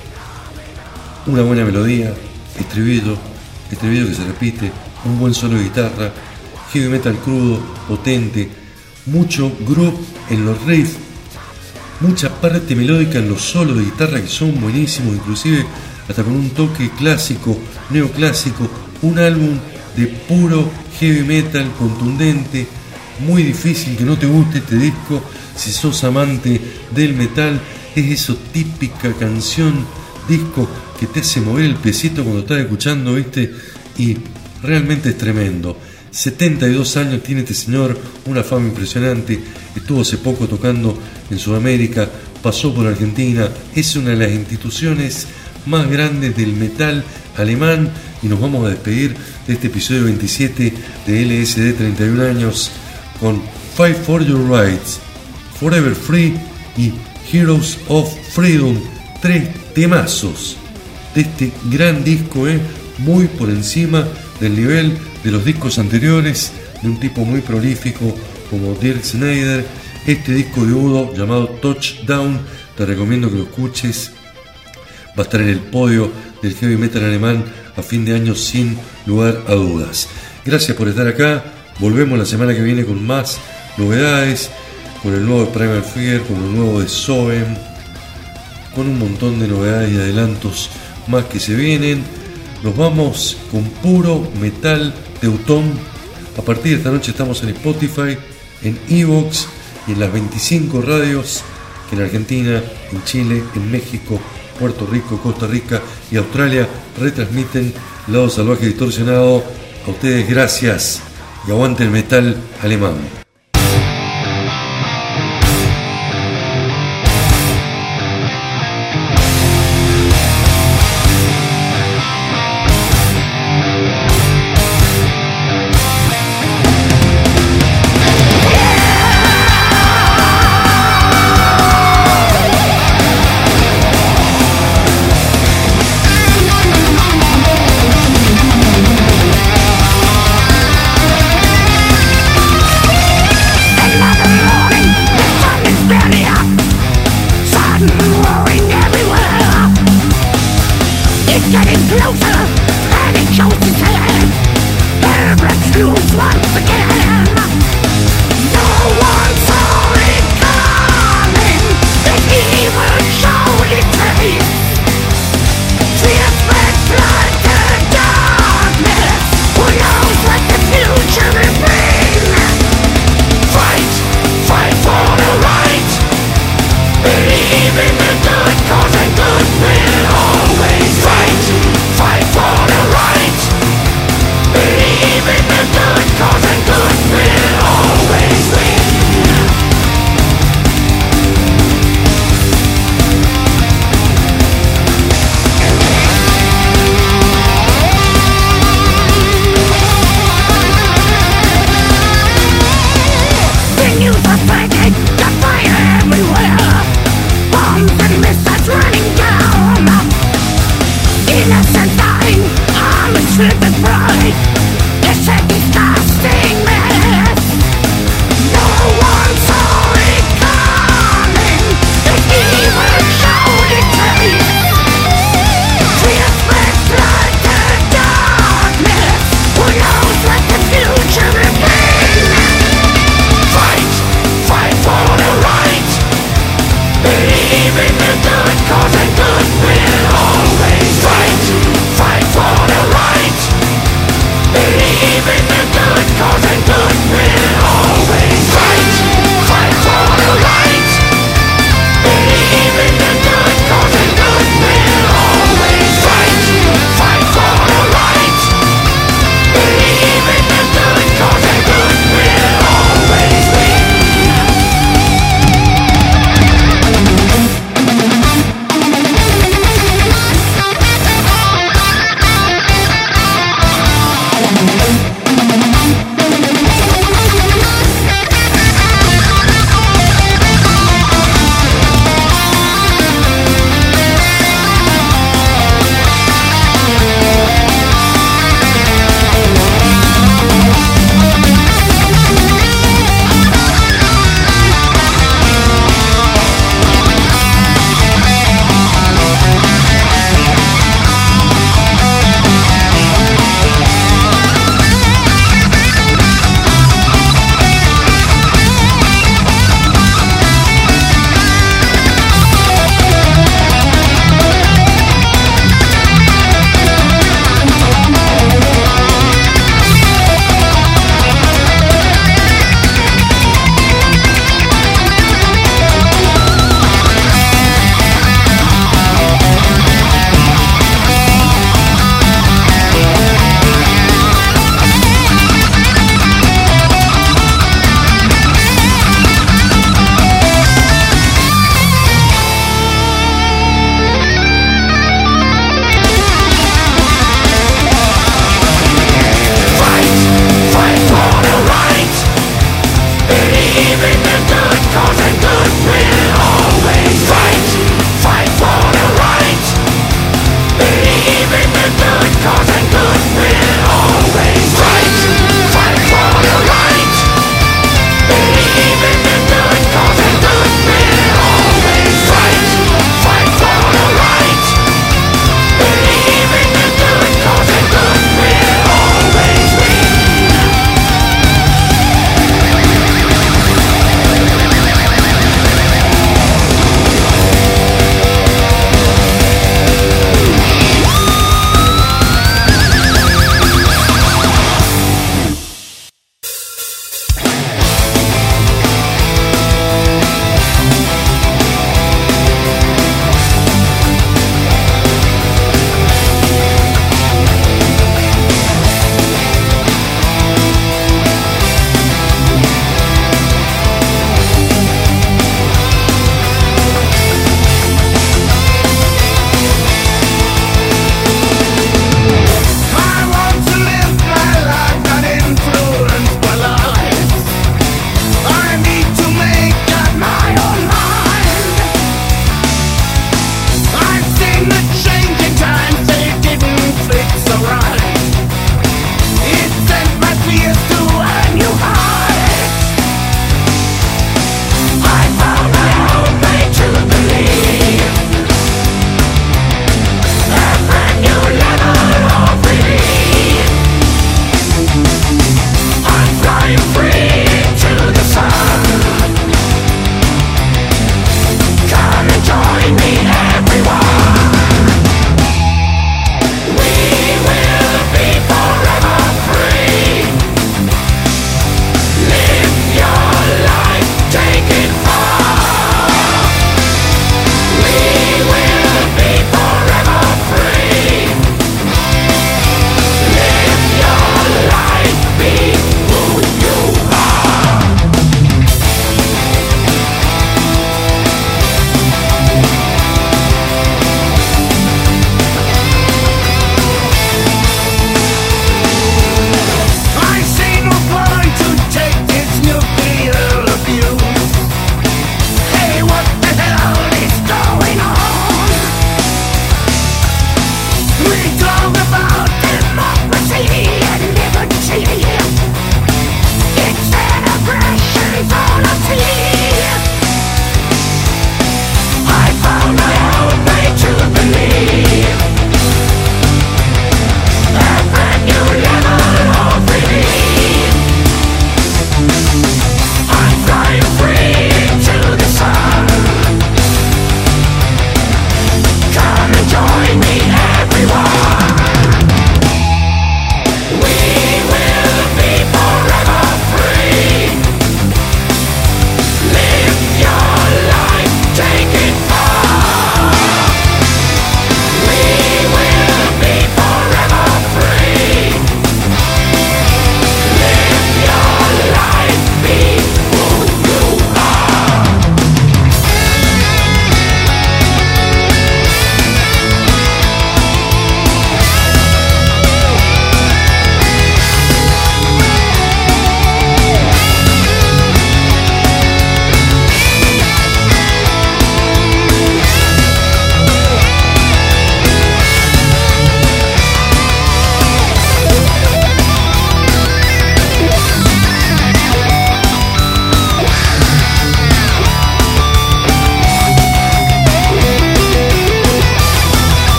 una buena melodía, estribillo, estribillo que se repite, un buen solo de guitarra, heavy metal crudo, potente, mucho groove en los riffs, mucha parte melódica en los solos de guitarra que son buenísimos, inclusive hasta con un toque clásico, neoclásico, un álbum de puro heavy metal contundente. Muy difícil que no te guste este disco si sos amante del metal. Es eso, típica canción, disco que te hace mover el pesito cuando estás escuchando, ¿viste? Y realmente es tremendo. setenta y dos años tiene este señor, una fama impresionante. Estuvo hace poco tocando en Sudamérica, pasó por Argentina. Es una de las instituciones más grandes del metal alemán. Y nos vamos a despedir de este episodio veintisiete de L S D treinta y un años con Fight for Your Rights, Forever Free y Heroes of Freedom, tres temazos de este gran disco, eh, muy por encima del nivel de los discos anteriores, de un tipo muy prolífico como Dirk Schneider. Este disco de Udo llamado Touchdown, te recomiendo que lo escuches, va a estar en el podio del heavy metal alemán a fin de año sin lugar a dudas. Gracias por estar acá, volvemos la semana que viene con más novedades, con el nuevo de Primal Fear, con el nuevo de Soem, con un montón de novedades y adelantos más que se vienen. Nos vamos con puro metal teutón. A partir de esta noche estamos en Spotify, en iVoox y en las veinticinco radios que en Argentina, en Chile, en México, Puerto Rico, Costa Rica y Australia retransmiten Lado Salvaje Distorsionado. A ustedes gracias y aguante el metal alemán. Yeah.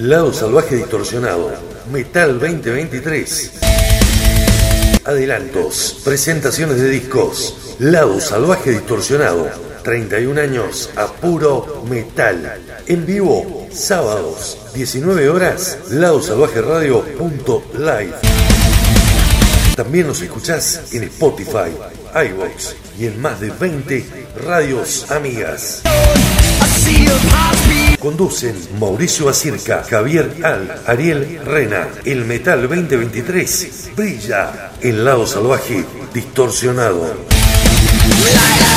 Lado Salvaje Distorsionado, Metal veinte veintitrés. Adelantos, presentaciones de discos, Lado Salvaje Distorsionado, treinta y un años a puro metal. En vivo, sábados, diecinueve horas, lado salvaje radio punto live. También nos escuchás en Spotify, iVoox y en más de veinte radios amigas. Conducen Mauricio Acirca, Javier Al, Ariel Rena. El Metal veinte veintitrés brilla en Lado Salvaje Distorsionado.